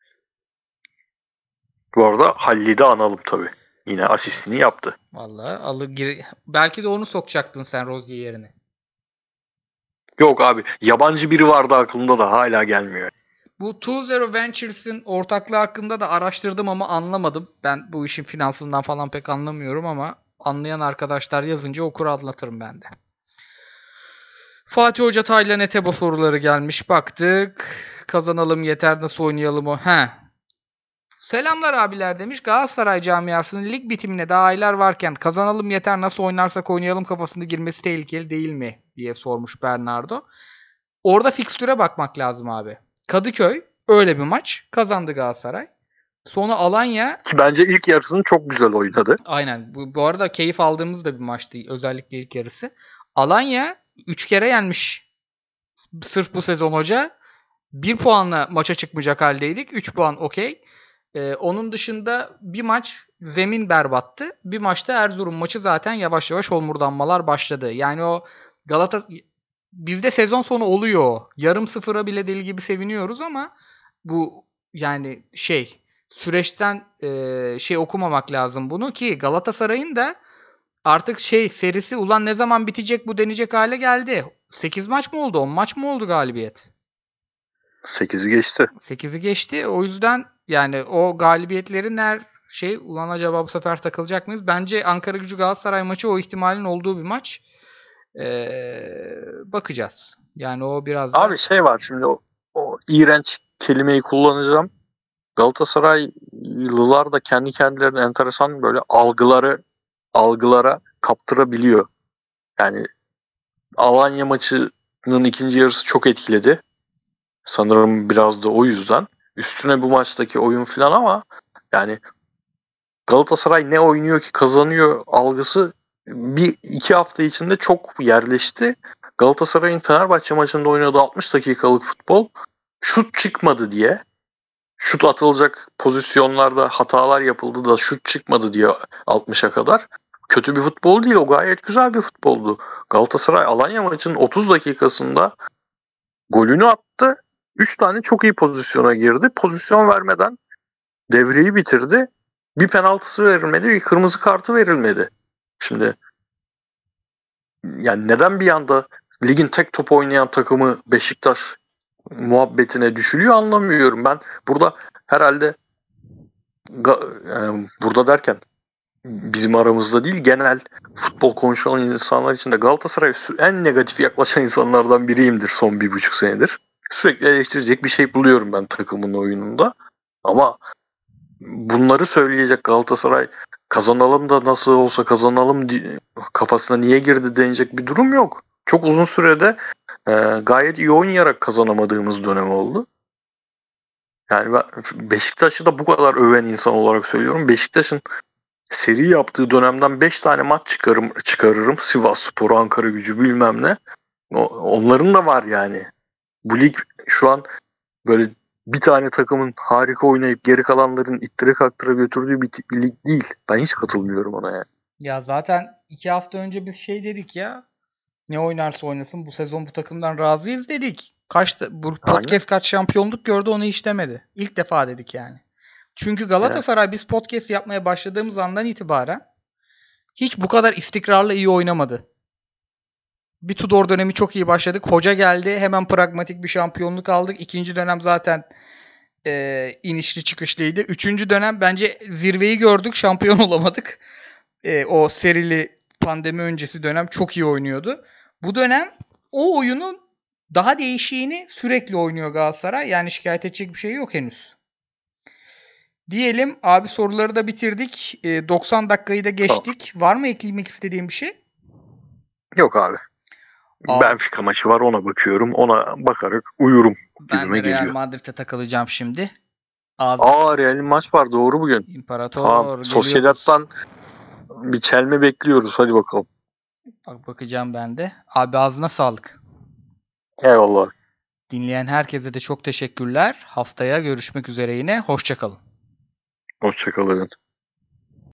S2: Bu arada Halli'yi de analım tabii. Yine asistini yaptı.
S1: Vallahi alı gir belki de onu sokacaktın sen Rozier yerine.
S2: Yok abi yabancı biri vardı aklımda da hala gelmiyor.
S1: Bu iki Zero Ventures'ın ortaklığı hakkında da araştırdım ama anlamadım. Ben bu işin finansından falan pek anlamıyorum ama anlayan arkadaşlar yazınca okur anlatırım ben de. Fatih Hoca Taylan Etebo soruları gelmiş. Baktık. Kazanalım yeter, nasıl oynayalım o. He. Selamlar abiler demiş. Galatasaray camiasının lig bitimine daha aylar varken kazanalım yeter, nasıl oynarsak oynayalım kafasında girmesi tehlikeli değil mi diye sormuş Bernardo. Orada fikstüre bakmak lazım abi. Kadıköy öyle bir maç. Kazandı Galatasaray. Sonra Alanya.
S2: Ki bence ilk yarısını çok güzel oynadı.
S1: Aynen. Bu, bu arada keyif aldığımız da bir maçtı. Özellikle ilk yarısı. Alanya üç kere yenmiş. Sırf bu sezon hoca. bir puanla maça çıkmayacak haldeydik. üç puan okey. Ee, onun dışında bir maç zemin berbattı. Bir maçta Erzurum maçı zaten yavaş yavaş homurdanmalar başladı. Yani o Galata bizde sezon sonu oluyor. Yarım sıfıra bile deli gibi seviniyoruz ama bu yani şey süreçten e, şey okumamak lazım bunu, ki Galatasaray'ın da artık şey serisi ulan ne zaman bitecek bu denecek hale geldi. sekiz maç mı oldu? on maç mı oldu galibiyet?
S2: sekizi geçti.
S1: sekizi geçti. O yüzden yani o galibiyetlerin her şey ulan acaba bu sefer takılacak mıyız? Bence Ankaragücü Galatasaray maçı o ihtimalin olduğu bir maç. Ee, bakacağız. Yani o biraz da...
S2: Abi şey var şimdi o, o iğrenç kelimeyi kullanacağım. Galatasaraylılar da kendi kendilerine enteresan böyle algıları algılara kaptırabiliyor. Yani Alanya maçının ikinci yarısı çok etkiledi. Sanırım biraz da o yüzden. Üstüne bu maçtaki oyun falan ama yani Galatasaray ne oynuyor ki kazanıyor algısı bir iki hafta içinde çok yerleşti. Galatasaray'ın Fenerbahçe maçında oynadığı altmış dakikalık futbol şut çıkmadı diye, şut atılacak pozisyonlarda hatalar yapıldı da şut çıkmadı diye altmışa kadar kötü bir futbol değil, o gayet güzel bir futboldu. Galatasaray Alanya maçının otuz dakikasında golünü attı. üç tane çok iyi pozisyona girdi. Pozisyon vermeden devreyi bitirdi. Bir penaltısı verilmedi, bir kırmızı kartı verilmedi. Şimdi yani neden bir anda ligin tek top oynayan takımı Beşiktaş muhabbetine düşülüyor anlamıyorum. Ben burada herhalde yani burada derken bizim aramızda değil, genel futbol konuşan insanlar için de Galatasaray'a en negatif yaklaşan insanlardan biriyimdir son bir buçuk senedir. Sürekli eleştirecek bir şey buluyorum ben takımın oyununda. Ama bunları söyleyecek Galatasaray kazanalım da nasıl olsa kazanalım kafasına niye girdi denecek bir durum yok. Çok uzun sürede e, gayet iyi oynayarak kazanamadığımız dönem oldu. Yani ben Beşiktaş'ı da bu kadar öven insan olarak söylüyorum. Beşiktaş'ın seri yaptığı dönemden beş tane maç çıkarım, çıkarırım. Sivasspor, Ankaragücü bilmem ne. Onların da var yani. Bu lig şu an böyle bir tane takımın harika oynayıp geri kalanların ittire kaktıra götürdüğü bir, bir lig değil. Ben hiç katılmıyorum ona yani.
S1: Ya zaten iki hafta önce biz şey dedik ya, ne oynarsa oynasın bu sezon bu takımdan razıyız dedik. Kaç bu podcast Aynen. Kaç şampiyonluk gördü onu hiç demedi. İlk defa dedik yani. Çünkü Galatasaray evet. Biz podcast yapmaya başladığımız andan itibaren hiç bu kadar istikrarlı iyi oynamadı. Bir Tudor dönemi çok iyi başladık. Hoca geldi. Hemen pragmatik bir şampiyonluk aldık. İkinci dönem zaten e, inişli çıkışlıydı. Üçüncü dönem bence zirveyi gördük. Şampiyon olamadık. E, o serili pandemi öncesi dönem çok iyi oynuyordu. Bu dönem o oyunun daha değişiğini sürekli oynuyor Galatasaray. Yani şikayet edecek bir şey yok henüz. Diyelim abi, soruları da bitirdik. E, doksan dakikayı da geçtik. Tamam. Var mı eklemek istediğin bir şey?
S2: Yok abi. Abi. Benfica maçı var, ona bakıyorum. Ona bakarak uyurum.
S1: Ben de Real Madrid'e takılacağım şimdi.
S2: Ağzı... Aa Real'in maç var doğru bugün.
S1: İmparator
S2: tamam. Sociedad'dan bir çelme bekliyoruz. Hadi bakalım.
S1: Bak bakacağım ben de. Abi ağzına sağlık.
S2: Eyvallah.
S1: Dinleyen herkese de çok teşekkürler. Haftaya görüşmek üzere yine. Hoşça kalın.
S2: Hoşça kalın.